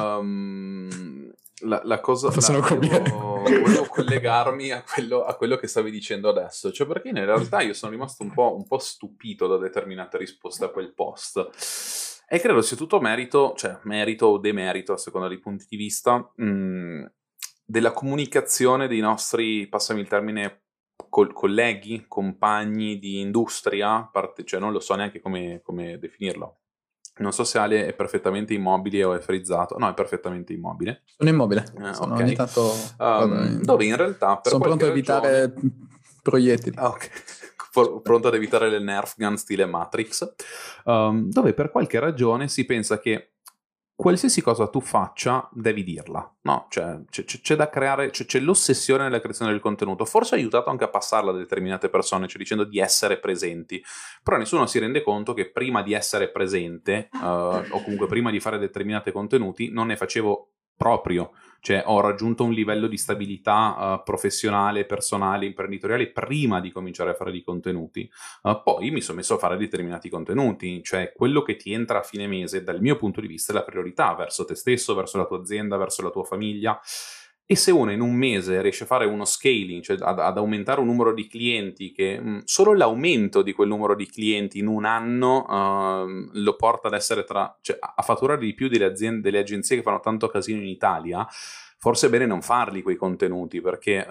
la cosa, volevo collegarmi a quello che stavi dicendo adesso, cioè perché in realtà io sono rimasto un po' stupito da determinate risposte a quel post, e credo sia tutto merito o demerito a seconda dei punti di vista della comunicazione dei nostri, passami il termine, colleghi, compagni di industria, cioè non lo so neanche come definirlo. Non so se Ale è perfettamente immobile o è frizzato. No, è perfettamente immobile. Sono immobile. Okay. Ogni tanto dove in realtà per sono pronto a evitare proiettili. Pronto ad evitare le Nerf gun stile Matrix, dove per qualche ragione si pensa che qualsiasi cosa tu faccia devi dirla, no? Cioè c'è da creare, c'è l'ossessione nella creazione del contenuto, forse aiutato anche a passarla a determinate persone, cioè dicendo di essere presenti, però nessuno si rende conto che prima di essere presente o comunque prima di fare determinati contenuti non ne facevo proprio, cioè ho raggiunto un livello di stabilità professionale, personale, imprenditoriale prima di cominciare a fare dei contenuti, poi mi sono messo a fare determinati contenuti, cioè quello che ti entra a fine mese dal mio punto di vista è la priorità verso te stesso, verso la tua azienda, verso la tua famiglia, E se uno in un mese riesce a fare uno scaling, cioè ad aumentare un numero di clienti che solo l'aumento di quel numero di clienti in un anno lo porta ad essere cioè, a fatturare di più delle agenzie che fanno tanto casino in Italia, forse è bene non farli quei contenuti, perché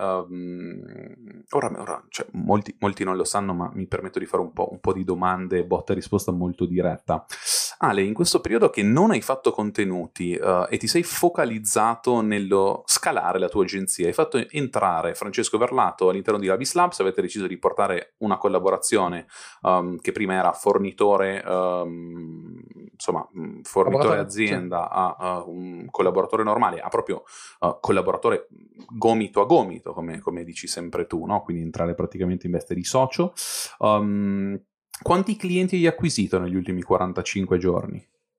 ora cioè, molti non lo sanno, ma mi permetto di fare un po' di domande, botta e risposta molto diretta. Ale, in questo periodo che non hai fatto contenuti e ti sei focalizzato nello scalare la tua agenzia, hai fatto entrare Francesco Verlato all'interno di Labis Labs, avete deciso di portare una collaborazione che prima era fornitore azienda, sì, a un collaboratore normale, a proprio collaboratore gomito a gomito, come dici sempre tu, no? Quindi entrare praticamente in veste di socio. Quanti clienti hai acquisito negli ultimi 45 giorni?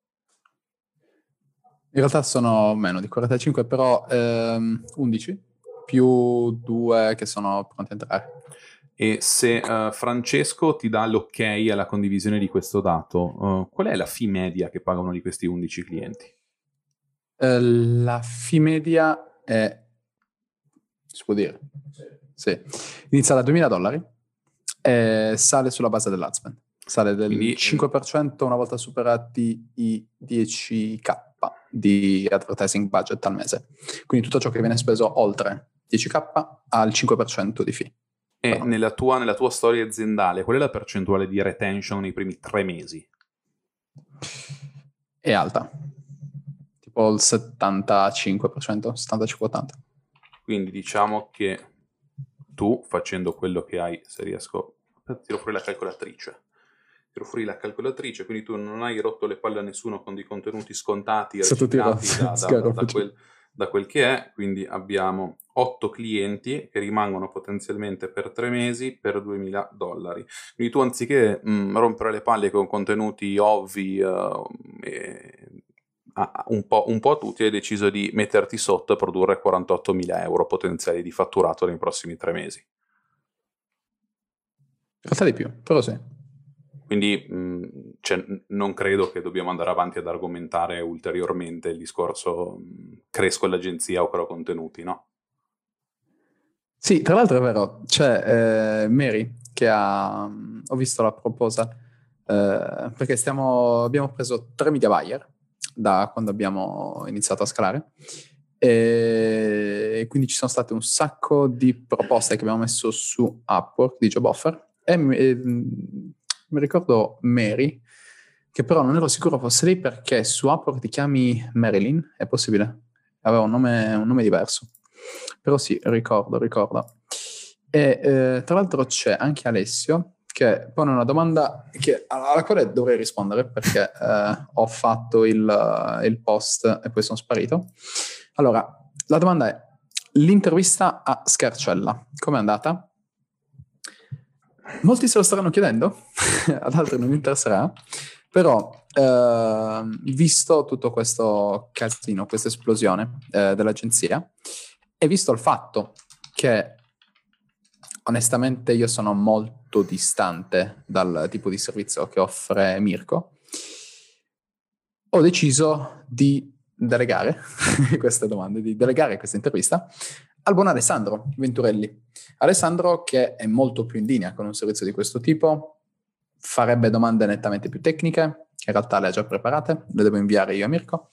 In realtà sono meno di 45, però 11, più 2 che sono pronti a entrare. E se Francesco ti dà l'ok alla condivisione di questo dato, qual è la fee media che paga uno di questi 11 clienti? La fee media è, si può dire, sì, inizia da $2.000 e sale sulla base dell'ad spend. Sale del 5% una volta superati i 10k di advertising budget al mese. Quindi tutto ciò che viene speso oltre 10k ha il 5% di fee. E nella tua storia aziendale, qual è la percentuale di retention nei primi 3 mesi? È alta, tipo il 75%, 75-80%. Quindi diciamo che tu, facendo quello che hai, se riesco, tiro fuori la calcolatrice, quindi tu non hai rotto le palle a nessuno con dei contenuti scontati, riciclati da quel che è, quindi abbiamo 8 clienti che rimangono potenzialmente per 3 mesi per $2.000. Quindi tu, anziché rompere le palle con contenuti ovvi un po' a tutti, hai deciso di metterti sotto e produrre 48.000 euro potenziali di fatturato nei prossimi 3 mesi. In realtà di più, però sì. Quindi non credo che dobbiamo andare avanti ad argomentare ulteriormente il discorso cresco l'agenzia o creo contenuti, no? Sì, tra l'altro è vero, c'è Mary che ho visto la proposal, perché abbiamo preso 3 media buyer da quando abbiamo iniziato a scalare, e quindi ci sono state un sacco di proposte che abbiamo messo su Upwork di job offer, e mi ricordo Mary, che però non ero sicuro fosse lei, perché su Upwork ti chiami Marilyn, è possibile? Aveva un nome diverso. Però sì, ricordo. E tra l'altro c'è anche Alessio che pone una domanda alla quale dovrei rispondere, perché ho fatto il post e poi sono sparito. Allora, la domanda è: l'intervista a Scarcella, com'è andata? Molti se lo staranno chiedendo, ad altri non interesserà, però visto tutto questo casino, questa esplosione dell'agenzia, e visto il fatto che onestamente io sono molto distante dal tipo di servizio che offre Mirko, ho deciso di delegare queste domande, di delegare questa intervista al buon Alessandro Venturelli. Alessandro, che è molto più in linea con un servizio di questo tipo, farebbe domande nettamente più tecniche, che in realtà le ha già preparate, le devo inviare io a Mirko,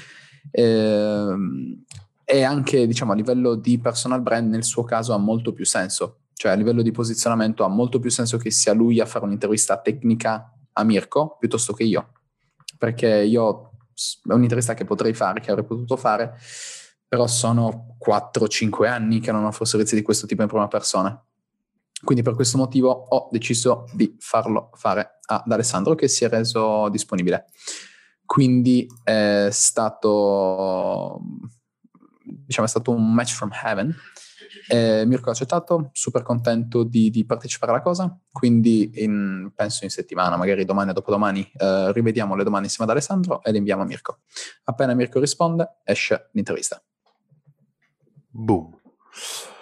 e anche, diciamo, a livello di personal brand nel suo caso ha molto più senso, cioè a livello di posizionamento ha molto più senso che sia lui a fare un'intervista tecnica a Mirko piuttosto che io, perché io è un'intervista che potrei fare, che avrei potuto fare, però sono 4-5 anni che non offro servizi di questo tipo in prima persona. Quindi per questo motivo ho deciso di farlo fare ad Alessandro, che si è reso disponibile. Quindi è stato un match from heaven. Mirko ha accettato, super contento di partecipare alla cosa, quindi penso in settimana, magari domani o dopodomani, rivediamo le domande insieme ad Alessandro e le inviamo a Mirko. Appena Mirko risponde, esce l'intervista. Boom.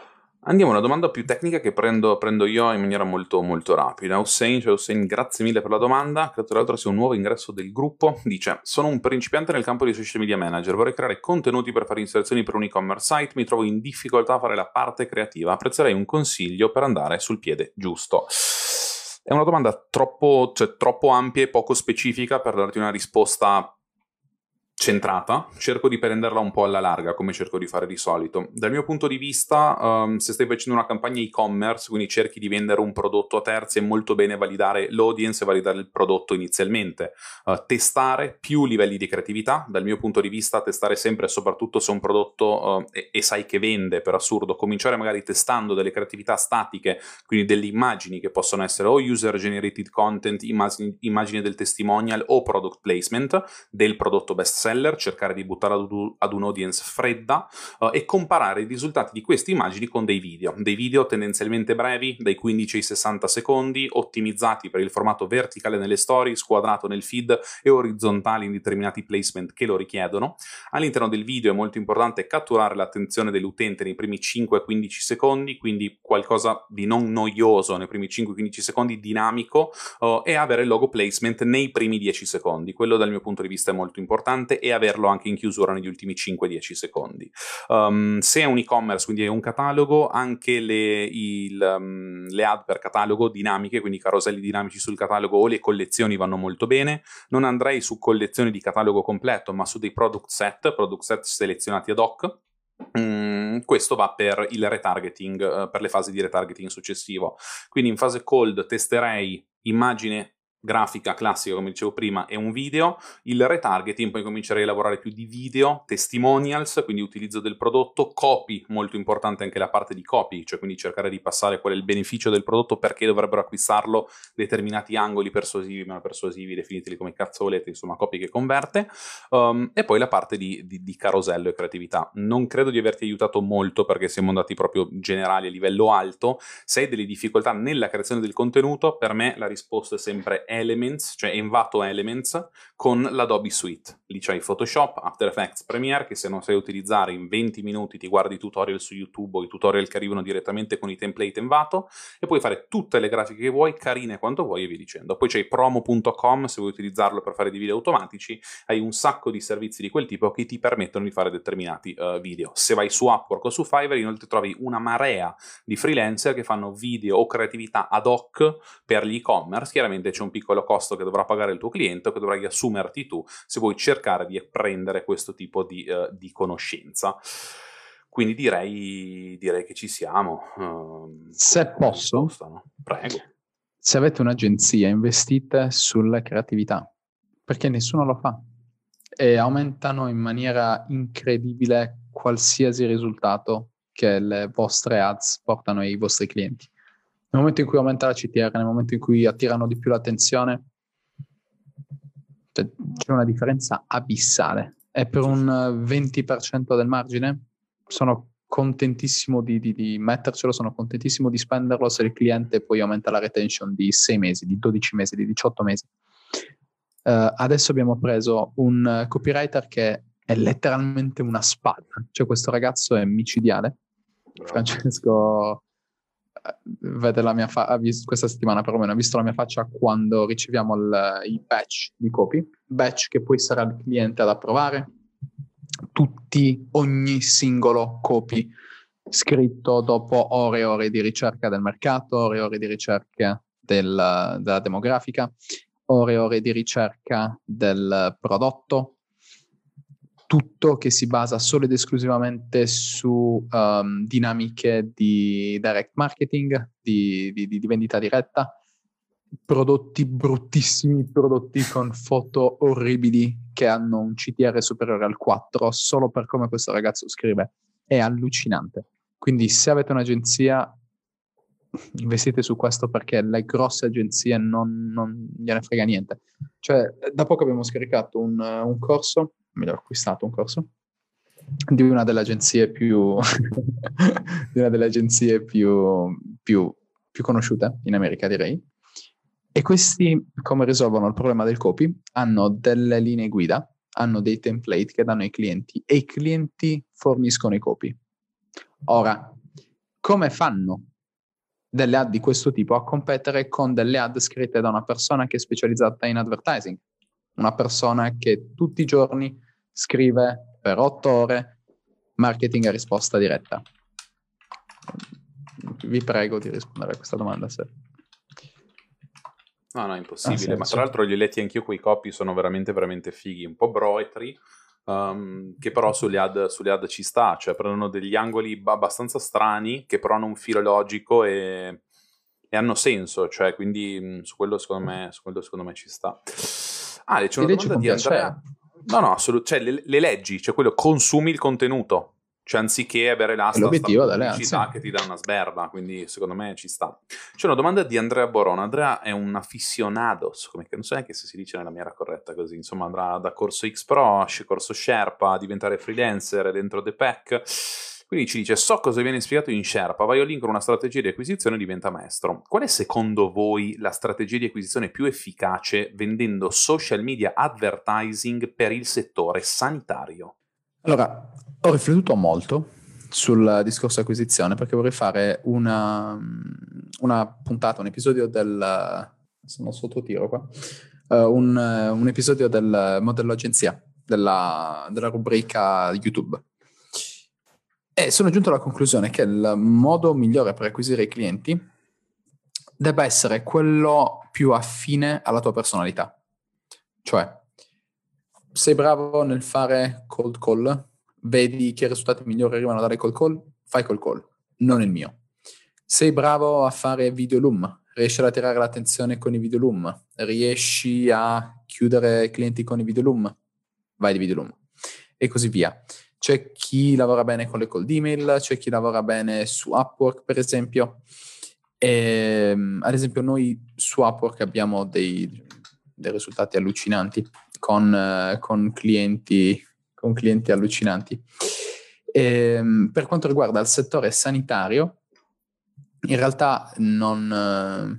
Andiamo a una domanda più tecnica che prendo io in maniera molto molto rapida. Hussein, grazie mille per la domanda. Credo tra l'altro sia un nuovo ingresso del gruppo. Dice: sono un principiante nel campo di social media manager, vorrei creare contenuti per fare inserzioni per un e-commerce site, mi trovo in difficoltà a fare la parte creativa, apprezzerei un consiglio per andare sul piede giusto. È una domanda troppo ampia e poco specifica per darti una risposta centrata. Cerco di prenderla un po' alla larga, come cerco di fare di solito. Dal mio punto di vista, se stai facendo una campagna e-commerce, quindi cerchi di vendere un prodotto a terzi, è molto bene validare l'audience e validare il prodotto inizialmente. Testare più livelli di creatività. Dal mio punto di vista, testare sempre, soprattutto se un prodotto e sai che vende, per assurdo, cominciare magari testando delle creatività statiche, quindi delle immagini che possono essere o user generated content, immagini del testimonial o product placement del prodotto best seller, cercare di buttare ad un'audience fredda e comparare i risultati di queste immagini con dei video tendenzialmente brevi, dai 15 ai 60 secondi, ottimizzati per il formato verticale nelle storie, squadrato nel feed e orizzontali in determinati placement che lo richiedono. All'interno del video è molto importante catturare l'attenzione dell'utente nei primi 5-15 secondi, quindi qualcosa di non noioso nei primi 5-15 secondi, dinamico, e avere il logo placement nei primi 10 secondi. Quello dal mio punto di vista è molto importante, e averlo anche in chiusura negli ultimi 5-10 secondi. Se è un e-commerce, quindi è un catalogo, anche le ad per catalogo dinamiche, quindi caroselli dinamici sul catalogo o le collezioni vanno molto bene. Non andrei su collezioni di catalogo completo, ma su dei product set selezionati ad hoc. Questo va per il retargeting, per le fasi di retargeting successivo. Quindi in fase cold testerei immagine grafica classica, come dicevo prima, e un video. Il retargeting, poi comincerei a lavorare più di video, testimonials, quindi utilizzo del prodotto, copy, molto importante anche la parte di copy, cioè quindi cercare di passare qual è il beneficio del prodotto, perché dovrebbero acquistarlo, determinati angoli persuasivi, meno persuasivi, definiteli come cazzo volete, insomma copy che converte, e poi la parte di carosello e creatività. Non credo di averti aiutato molto, perché siamo andati proprio generali a livello alto. Se hai delle difficoltà nella creazione del contenuto, per me la risposta è sempre Elements, cioè Envato Elements con l'Adobe Suite. Lì c'hai Photoshop, After Effects, Premiere, che se non sai utilizzare in 20 minuti ti guardi i tutorial su YouTube o i tutorial che arrivano direttamente con i template Envato, e puoi fare tutte le grafiche che vuoi, carine quanto vuoi e via dicendo. Poi c'hai promo.com, se vuoi utilizzarlo per fare dei video automatici, hai un sacco di servizi di quel tipo che ti permettono di fare determinati video. Se vai su Upwork o su Fiverr, inoltre trovi una marea di freelancer che fanno video o creatività ad hoc per gli e-commerce. Chiaramente c'è un piccolo costo che dovrà pagare il tuo cliente o che dovrai assumerti tu se vuoi cercare di apprendere questo tipo di conoscenza. Quindi direi che ci siamo. Se posso, risposta, no? Prego. Se avete un'agenzia, investite sulla creatività, perché nessuno lo fa, e aumentano in maniera incredibile qualsiasi risultato che le vostre ads portano ai vostri clienti. Nel momento in cui aumenta la CTR, nel momento in cui attirano di più l'attenzione, c'è una differenza abissale. E per un 20% del margine sono contentissimo di mettercelo, sono contentissimo di spenderlo se il cliente poi aumenta la retention di 6 mesi, di 12 mesi, di 18 mesi. Adesso abbiamo preso un copywriter che è letteralmente una spada. Cioè questo ragazzo è micidiale. Francesco vede la mia questa settimana perlomeno ha visto la mia faccia quando riceviamo i batch di copy, batch che poi sarà il cliente ad approvare ogni singolo copy scritto dopo ore e ore di ricerca del mercato, ore e ore di ricerca della demografica, ore e ore di ricerca del prodotto, tutto che si basa solo ed esclusivamente su dinamiche di direct marketing, di vendita diretta, prodotti bruttissimi, prodotti con foto orribili che hanno un CTR superiore al 4 solo per come questo ragazzo scrive. È allucinante. Quindi se avete un'agenzia, investite su questo, perché le grosse agenzie non gliene frega niente. Cioè, da poco abbiamo scaricato un corso, meglio acquistato un corso, di una delle agenzie più di una delle agenzie più conosciute in America, direi. E questi, come risolvono il problema del copy? Hanno delle linee guida, hanno dei template che danno ai clienti e i clienti forniscono i copy. Ora, come fanno delle ad di questo tipo a competere con delle ad scritte da una persona che è specializzata in advertising, una persona che tutti i giorni scrive per 8 ore marketing a risposta diretta? Vi prego di rispondere a questa domanda. No, è impossibile, ma tra l'altro li ho letti anch'io, quei copy sono veramente veramente fighi, un po' broetri, che però sulle ad ci sta, cioè prendono degli angoli abbastanza strani che però hanno un filo logico e hanno senso, cioè quindi su quello secondo me ci sta. C'è una domanda di Andrea. No, cioè le leggi, cioè quello, consumi il contenuto, cioè anziché avere la pubblicità che ti dà una sberla, quindi secondo me ci sta. C'è una domanda di Andrea Borona. Andrea è un aficionados, non so neanche se si dice nella maniera corretta così, insomma andrà da corso X Pro, corso Sherpa, a diventare freelancer dentro The Pack. Quindi ci dice: so cosa viene spiegato in Sherpa, vai lì con una strategia di acquisizione e diventa maestro. Qual è secondo voi la strategia di acquisizione più efficace vendendo social media advertising per il settore sanitario? Allora, ho riflettuto molto sul discorso acquisizione perché vorrei fare una puntata, un episodio sono sotto tiro qua, un episodio del modello agenzia, della rubrica YouTube. E sono giunto alla conclusione che il modo migliore per acquisire i clienti debba essere quello più affine alla tua personalità. Cioè, sei bravo nel fare cold call, vedi che risultati migliori arrivano dalle cold call, fai cold call, non il mio. Sei bravo a fare video loom, riesci ad attirare l'attenzione con i video loom, riesci a chiudere clienti con i video loom, vai di video loom, e così via. C'è chi lavora bene con le cold email, c'è chi lavora bene su Upwork, per esempio. Ad esempio noi su Upwork abbiamo dei risultati allucinanti con clienti allucinanti. Per quanto riguarda il settore sanitario, in realtà non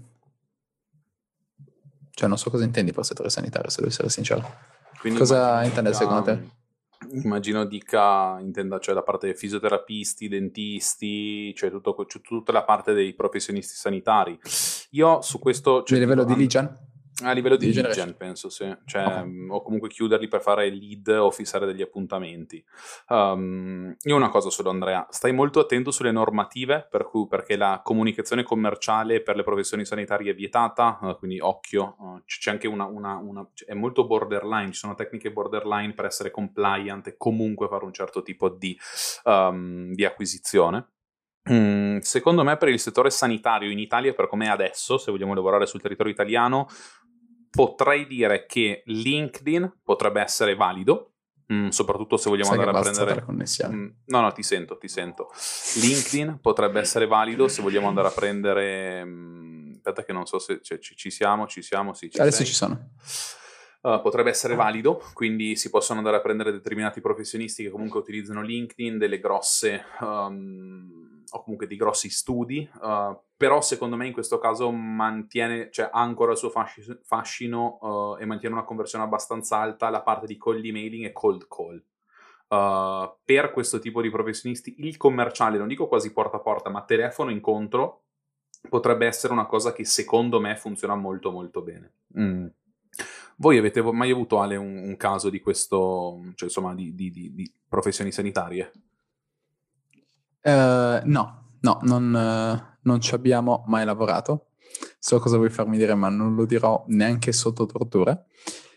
so cosa intendi per settore sanitario, se devo essere sincero. Quindi cosa intende secondo te? Immagino intenda, cioè, la parte dei fisioterapisti, dentisti, cioè tutta la parte dei professionisti sanitari. Io su questo... Cioè, a livello di lead? A livello di lead gen, penso, sì. Cioè, okay. O comunque chiuderli per fare lead o fissare degli appuntamenti. Io una cosa solo, Andrea, stai molto attento sulle normative, perché la comunicazione commerciale per le professioni sanitarie è vietata, quindi occhio. C'è anche è molto borderline, ci sono tecniche borderline per essere compliant e comunque fare un certo tipo di acquisizione. Secondo me per il settore sanitario in Italia, per com'è adesso, se vogliamo lavorare sul territorio italiano, potrei dire che LinkedIn potrebbe essere valido, soprattutto se vogliamo andare a prendere... La connessione. No, ti sento. LinkedIn potrebbe essere valido se vogliamo andare a prendere... Aspetta che non so se ci siamo, sì. Adesso ci sono. Potrebbe essere valido, quindi si possono andare a prendere determinati professionisti che comunque utilizzano LinkedIn, delle grosse... o comunque di grossi studi, però secondo me in questo caso ha ancora il suo fascino e mantiene una conversione abbastanza alta la parte di cold emailing e cold call. Per questo tipo di professionisti il commerciale, non dico quasi porta a porta, ma telefono incontro potrebbe essere una cosa che secondo me funziona molto molto bene. Voi avete mai avuto, Ale, un caso di questo, cioè insomma di professioni sanitarie? No, non ci abbiamo mai lavorato. So cosa vuoi farmi dire, ma non lo dirò neanche sotto tortura.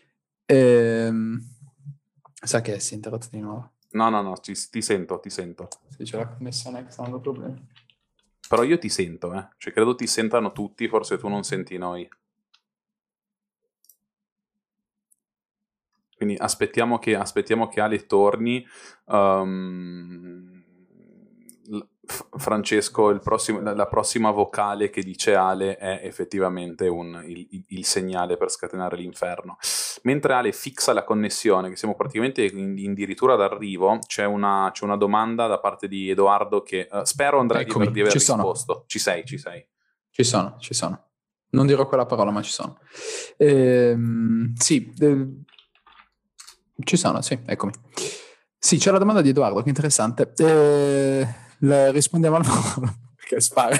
Sa che si è interrotto di nuovo? No, ti sento. Sì, c'è la connessione che sta dando problemi. Però io ti sento, cioè credo ti sentano tutti, forse tu non senti noi. Quindi aspettiamo che Ale torni. Francesco, la prossima vocale che dice Ale è effettivamente il segnale per scatenare l'inferno. Mentre Ale fixa la connessione, che siamo praticamente addirittura d'arrivo, c'è una domanda da parte di Edoardo che spero, Andrea, di aver risposto. Ci sei? Ci sono. Non dirò quella parola, ma ci sono. Sì, ci sono, sì, eccomi. Sì, c'è la domanda di Edoardo, che interessante. Rispondiamo al volo, che spara.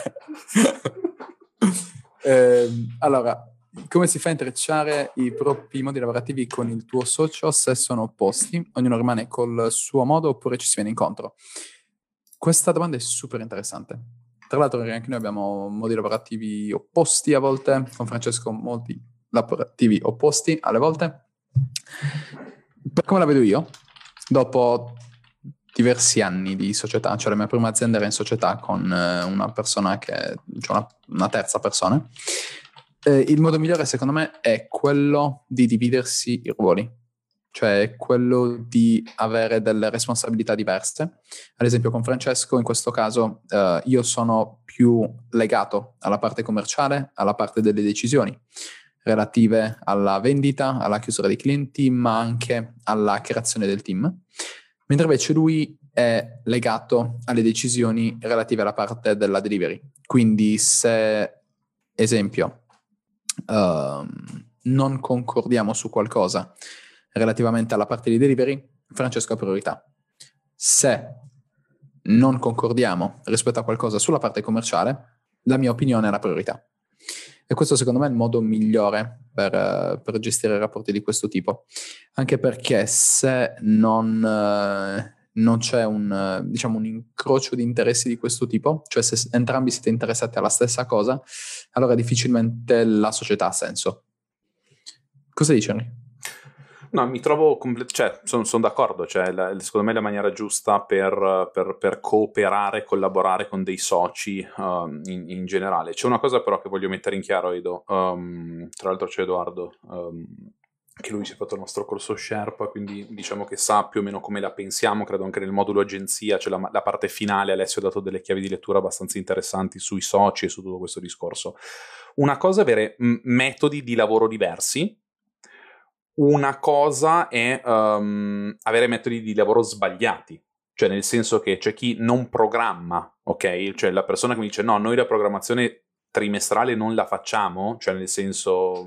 Allora, come si fa a intrecciare i propri modi lavorativi con il tuo socio se sono opposti? Ognuno rimane col suo modo oppure ci si viene incontro? Questa domanda è super interessante. Tra l'altro anche noi abbiamo modi lavorativi opposti a volte, con Francesco modi lavorativi opposti alle volte. Per come la vedo io, dopo diversi anni di società, cioè la mia prima azienda era in società con una persona cioè una terza persona, il modo migliore secondo me è quello di dividersi i ruoli, cioè quello di avere delle responsabilità diverse. Ad esempio con Francesco in questo caso io sono più legato alla parte commerciale, alla parte delle decisioni relative alla vendita, alla chiusura dei clienti, ma anche alla creazione del team, mentre invece lui è legato alle decisioni relative alla parte della delivery. Quindi se, esempio, non concordiamo su qualcosa relativamente alla parte di delivery, Francesco ha priorità. Se non concordiamo rispetto a qualcosa sulla parte commerciale, la mia opinione è la priorità. E questo secondo me è il modo migliore per gestire rapporti di questo tipo, anche perché se non c'è un incrocio di interessi di questo tipo, cioè se entrambi siete interessati alla stessa cosa, allora difficilmente la società ha senso. Cosa dici, Henry? No, mi trovo cioè, sono d'accordo, cioè, secondo me la maniera giusta per cooperare, collaborare con dei soci in generale. C'è una cosa però che voglio mettere in chiaro, Edo, tra l'altro c'è Edoardo, che lui si è fatto il nostro corso Sherpa, quindi diciamo che sa più o meno come la pensiamo, credo anche nel modulo agenzia, cioè la parte finale, Alessio ha dato delle chiavi di lettura abbastanza interessanti sui soci e su tutto questo discorso. Una cosa è avere metodi di lavoro diversi. Una cosa è avere metodi di lavoro sbagliati, cioè nel senso che c'è chi non programma, ok? Cioè la persona che mi dice no, noi la programmazione trimestrale non la facciamo, cioè nel senso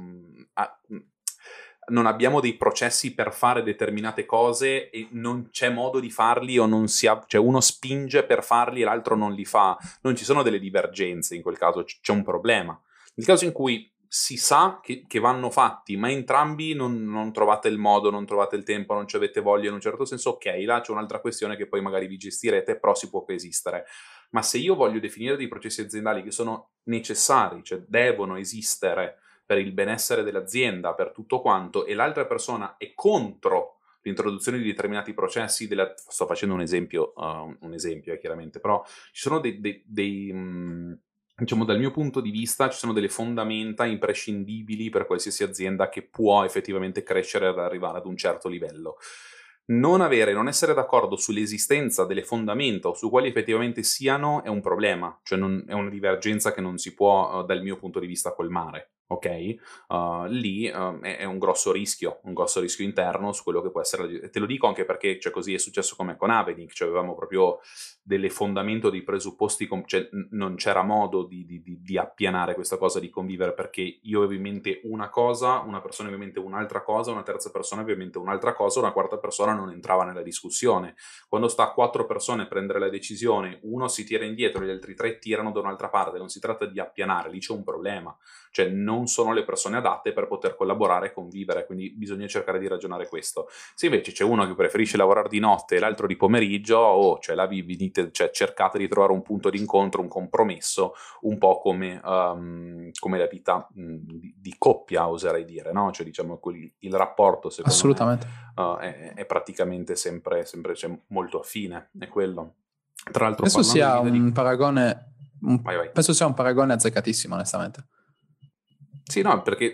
non abbiamo dei processi per fare determinate cose e non c'è modo di farli o non si ha, cioè uno spinge per farli e l'altro non li fa, non ci sono delle divergenze, in quel caso c'è un problema. Nel caso in cui si sa che vanno fatti, ma entrambi non trovate il modo, non trovate il tempo, non ci avete voglia in un certo senso, ok, là c'è un'altra questione che poi magari vi gestirete, però si può coesistere. Ma se io voglio definire dei processi aziendali che sono necessari, cioè devono esistere per il benessere dell'azienda, per tutto quanto, e l'altra persona è contro l'introduzione di determinati processi, sto facendo un esempio chiaramente, però ci sono diciamo dal mio punto di vista ci sono delle fondamenta imprescindibili per qualsiasi azienda che può effettivamente crescere ad arrivare ad un certo livello. Non essere d'accordo sull'esistenza delle fondamenta o su quali effettivamente siano è un problema, cioè è una divergenza che non si può dal mio punto di vista colmare. Ok? Lì è un grosso rischio interno su quello che può essere. Te lo dico anche perché così è successo come con Avenik, cioè avevamo proprio delle fondamento, dei presupposti, cioè non c'era modo di appianare questa cosa, di convivere, perché io avevo in mente una cosa, una persona aveva in mente un'altra cosa, una terza persona aveva in mente un'altra cosa, una quarta persona non entrava nella discussione. Quando sta a 4 persone a prendere la decisione, uno si tira indietro, gli altri 3 tirano da un'altra parte, non si tratta di appianare, lì c'è un problema. Cioè non sono le persone adatte per poter collaborare e convivere, quindi bisogna cercare di ragionare questo. Se invece c'è uno che preferisce lavorare di notte e l'altro di pomeriggio, cioè là cercate di trovare un punto di incontro, un compromesso, un po' come la vita di coppia, oserei dire, no? Cioè diciamo il rapporto secondo assolutamente me è praticamente sempre cioè, molto affine, è quello. Tra l'altro penso sia un paragone penso sia un paragone azzeccatissimo, onestamente. Sì, no, perché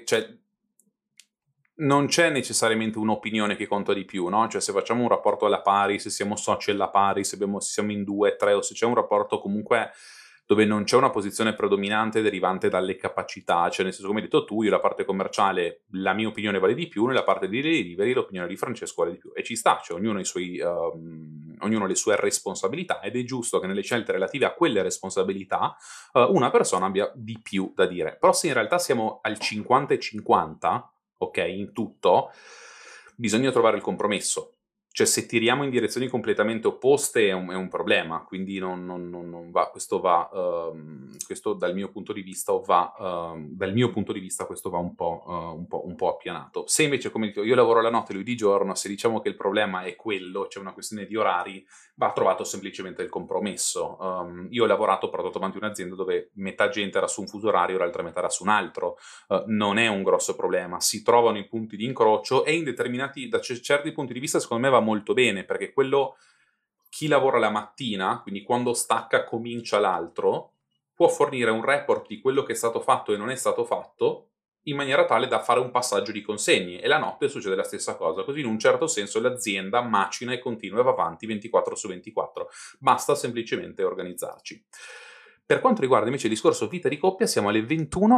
non c'è necessariamente un'opinione che conta di più, no? Cioè se facciamo un rapporto alla pari, se siamo soci alla pari, se siamo in 2, 3 o se c'è un rapporto comunque dove non c'è una posizione predominante derivante dalle capacità, cioè nel senso, come hai detto tu, io la parte commerciale, la mia opinione vale di più, nella parte di delivery l'opinione di Francesco vale di più, e ci sta, cioè ognuno ha le sue responsabilità, ed è giusto che nelle scelte relative a quelle responsabilità una persona abbia di più da dire. Però se in realtà siamo al 50 e 50, ok, in tutto, bisogna trovare il compromesso. cioè se tiriamo in direzioni completamente opposte è un problema, quindi non va, questo dal mio punto di vista questo va un po' appianato. Se invece, come dico, io lavoro la notte e lui di giorno, se diciamo che il problema è quello, c'è una questione di orari, va trovato semplicemente il compromesso. Io ho lavorato, portato avanti un'azienda dove metà gente era su un fuso orario, l'altra metà era su un altro, non è un grosso problema, si trovano i punti di incrocio e da certi punti di vista secondo me va molto bene, perché chi lavora la mattina, quindi quando stacca comincia l'altro, può fornire un report di quello che è stato fatto e non è stato fatto in maniera tale da fare un passaggio di consegne, e la notte succede la stessa cosa, così in un certo senso l'azienda macina e continua e va avanti 24/24, basta semplicemente organizzarci. Per quanto riguarda invece il discorso vita di coppia, siamo alle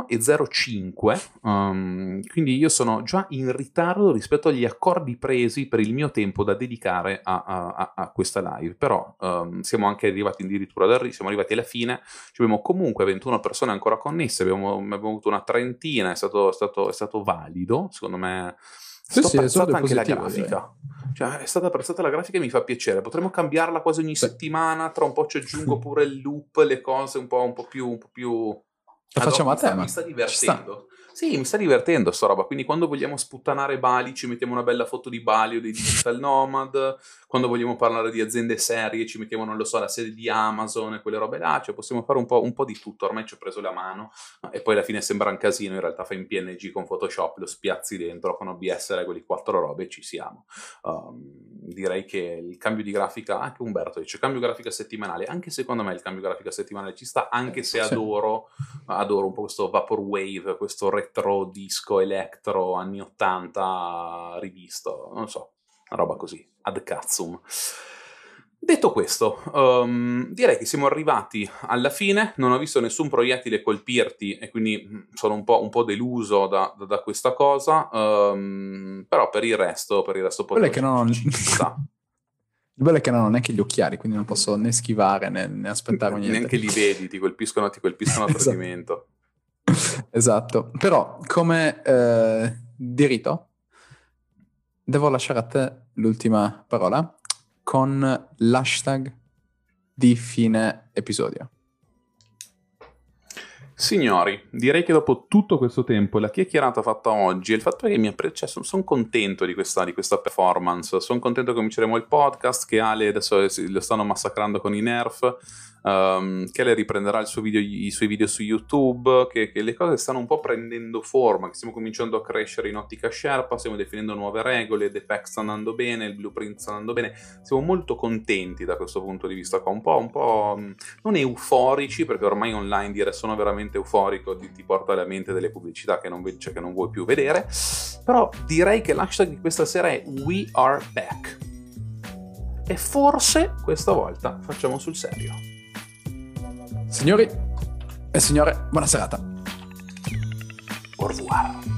21:05, quindi io sono già in ritardo rispetto agli accordi presi per il mio tempo da dedicare a questa live, però siamo anche arrivati addirittura siamo arrivati alla fine, abbiamo comunque 21 persone ancora connesse, abbiamo avuto una trentina, è stato valido, secondo me. È stata apprezzata anche la grafica. Cioè, è stata apprezzata la grafica e mi fa piacere. Potremmo cambiarla quasi ogni settimana. Tra un po' ci aggiungo pure il loop, le cose un po' più. Lo facciamo a tema. Mi sta divertendo. Sì, mi sta divertendo sta roba. Quindi quando vogliamo sputtanare Bali, ci mettiamo una bella foto di Bali o dei digital nomad. Quando vogliamo parlare di aziende serie, ci mettiamo, non lo so, la sede di Amazon e quelle robe là. Cioè, possiamo fare un po' di tutto. Ormai ci ho preso la mano. E poi alla fine sembra un casino. In realtà fai in PNG con Photoshop, lo spiazzi dentro con OBS, regoli 4 robe e ci siamo. Direi che il cambio di grafica, anche Umberto dice cambio grafica settimanale, anche secondo me il cambio grafica settimanale ci sta, anche se adoro un po' questo vaporwave, questo retro disco electro anni 80 rivisto, non so, una roba così, ad cazzum. Detto questo, direi che siamo arrivati alla fine, non ho visto nessun proiettile colpirti e quindi sono un po' deluso da questa cosa, però per il resto ci sta. Il bello è che non è che gli occhiali, quindi non posso né schivare né aspettare niente. Neanche li vedi, ti colpiscono a tradimento. Esatto, però come di rito devo lasciare a te l'ultima parola con l'hashtag di fine episodio. Signori, direi che dopo tutto questo tempo, la chiacchierata fatta oggi e il fatto che sono contento di questa performance, sono contento che cominceremo il podcast, che Ale adesso lo stanno massacrando con i nerf, che Ale riprenderà i suoi video su YouTube, che le cose stanno un po' prendendo forma, che stiamo cominciando a crescere in ottica Sherpa, stiamo definendo nuove regole, The Pack sta andando bene, il Blueprint sta andando bene, siamo molto contenti da questo punto di vista qua, un po' non euforici, perché ormai online dire sono veramente euforico ti porta alla mente delle pubblicità che non vuoi più vedere, però direi che l'hashtag di questa sera è We Are Back e forse questa volta facciamo sul serio. Signori e signore, buona serata. Au revoir.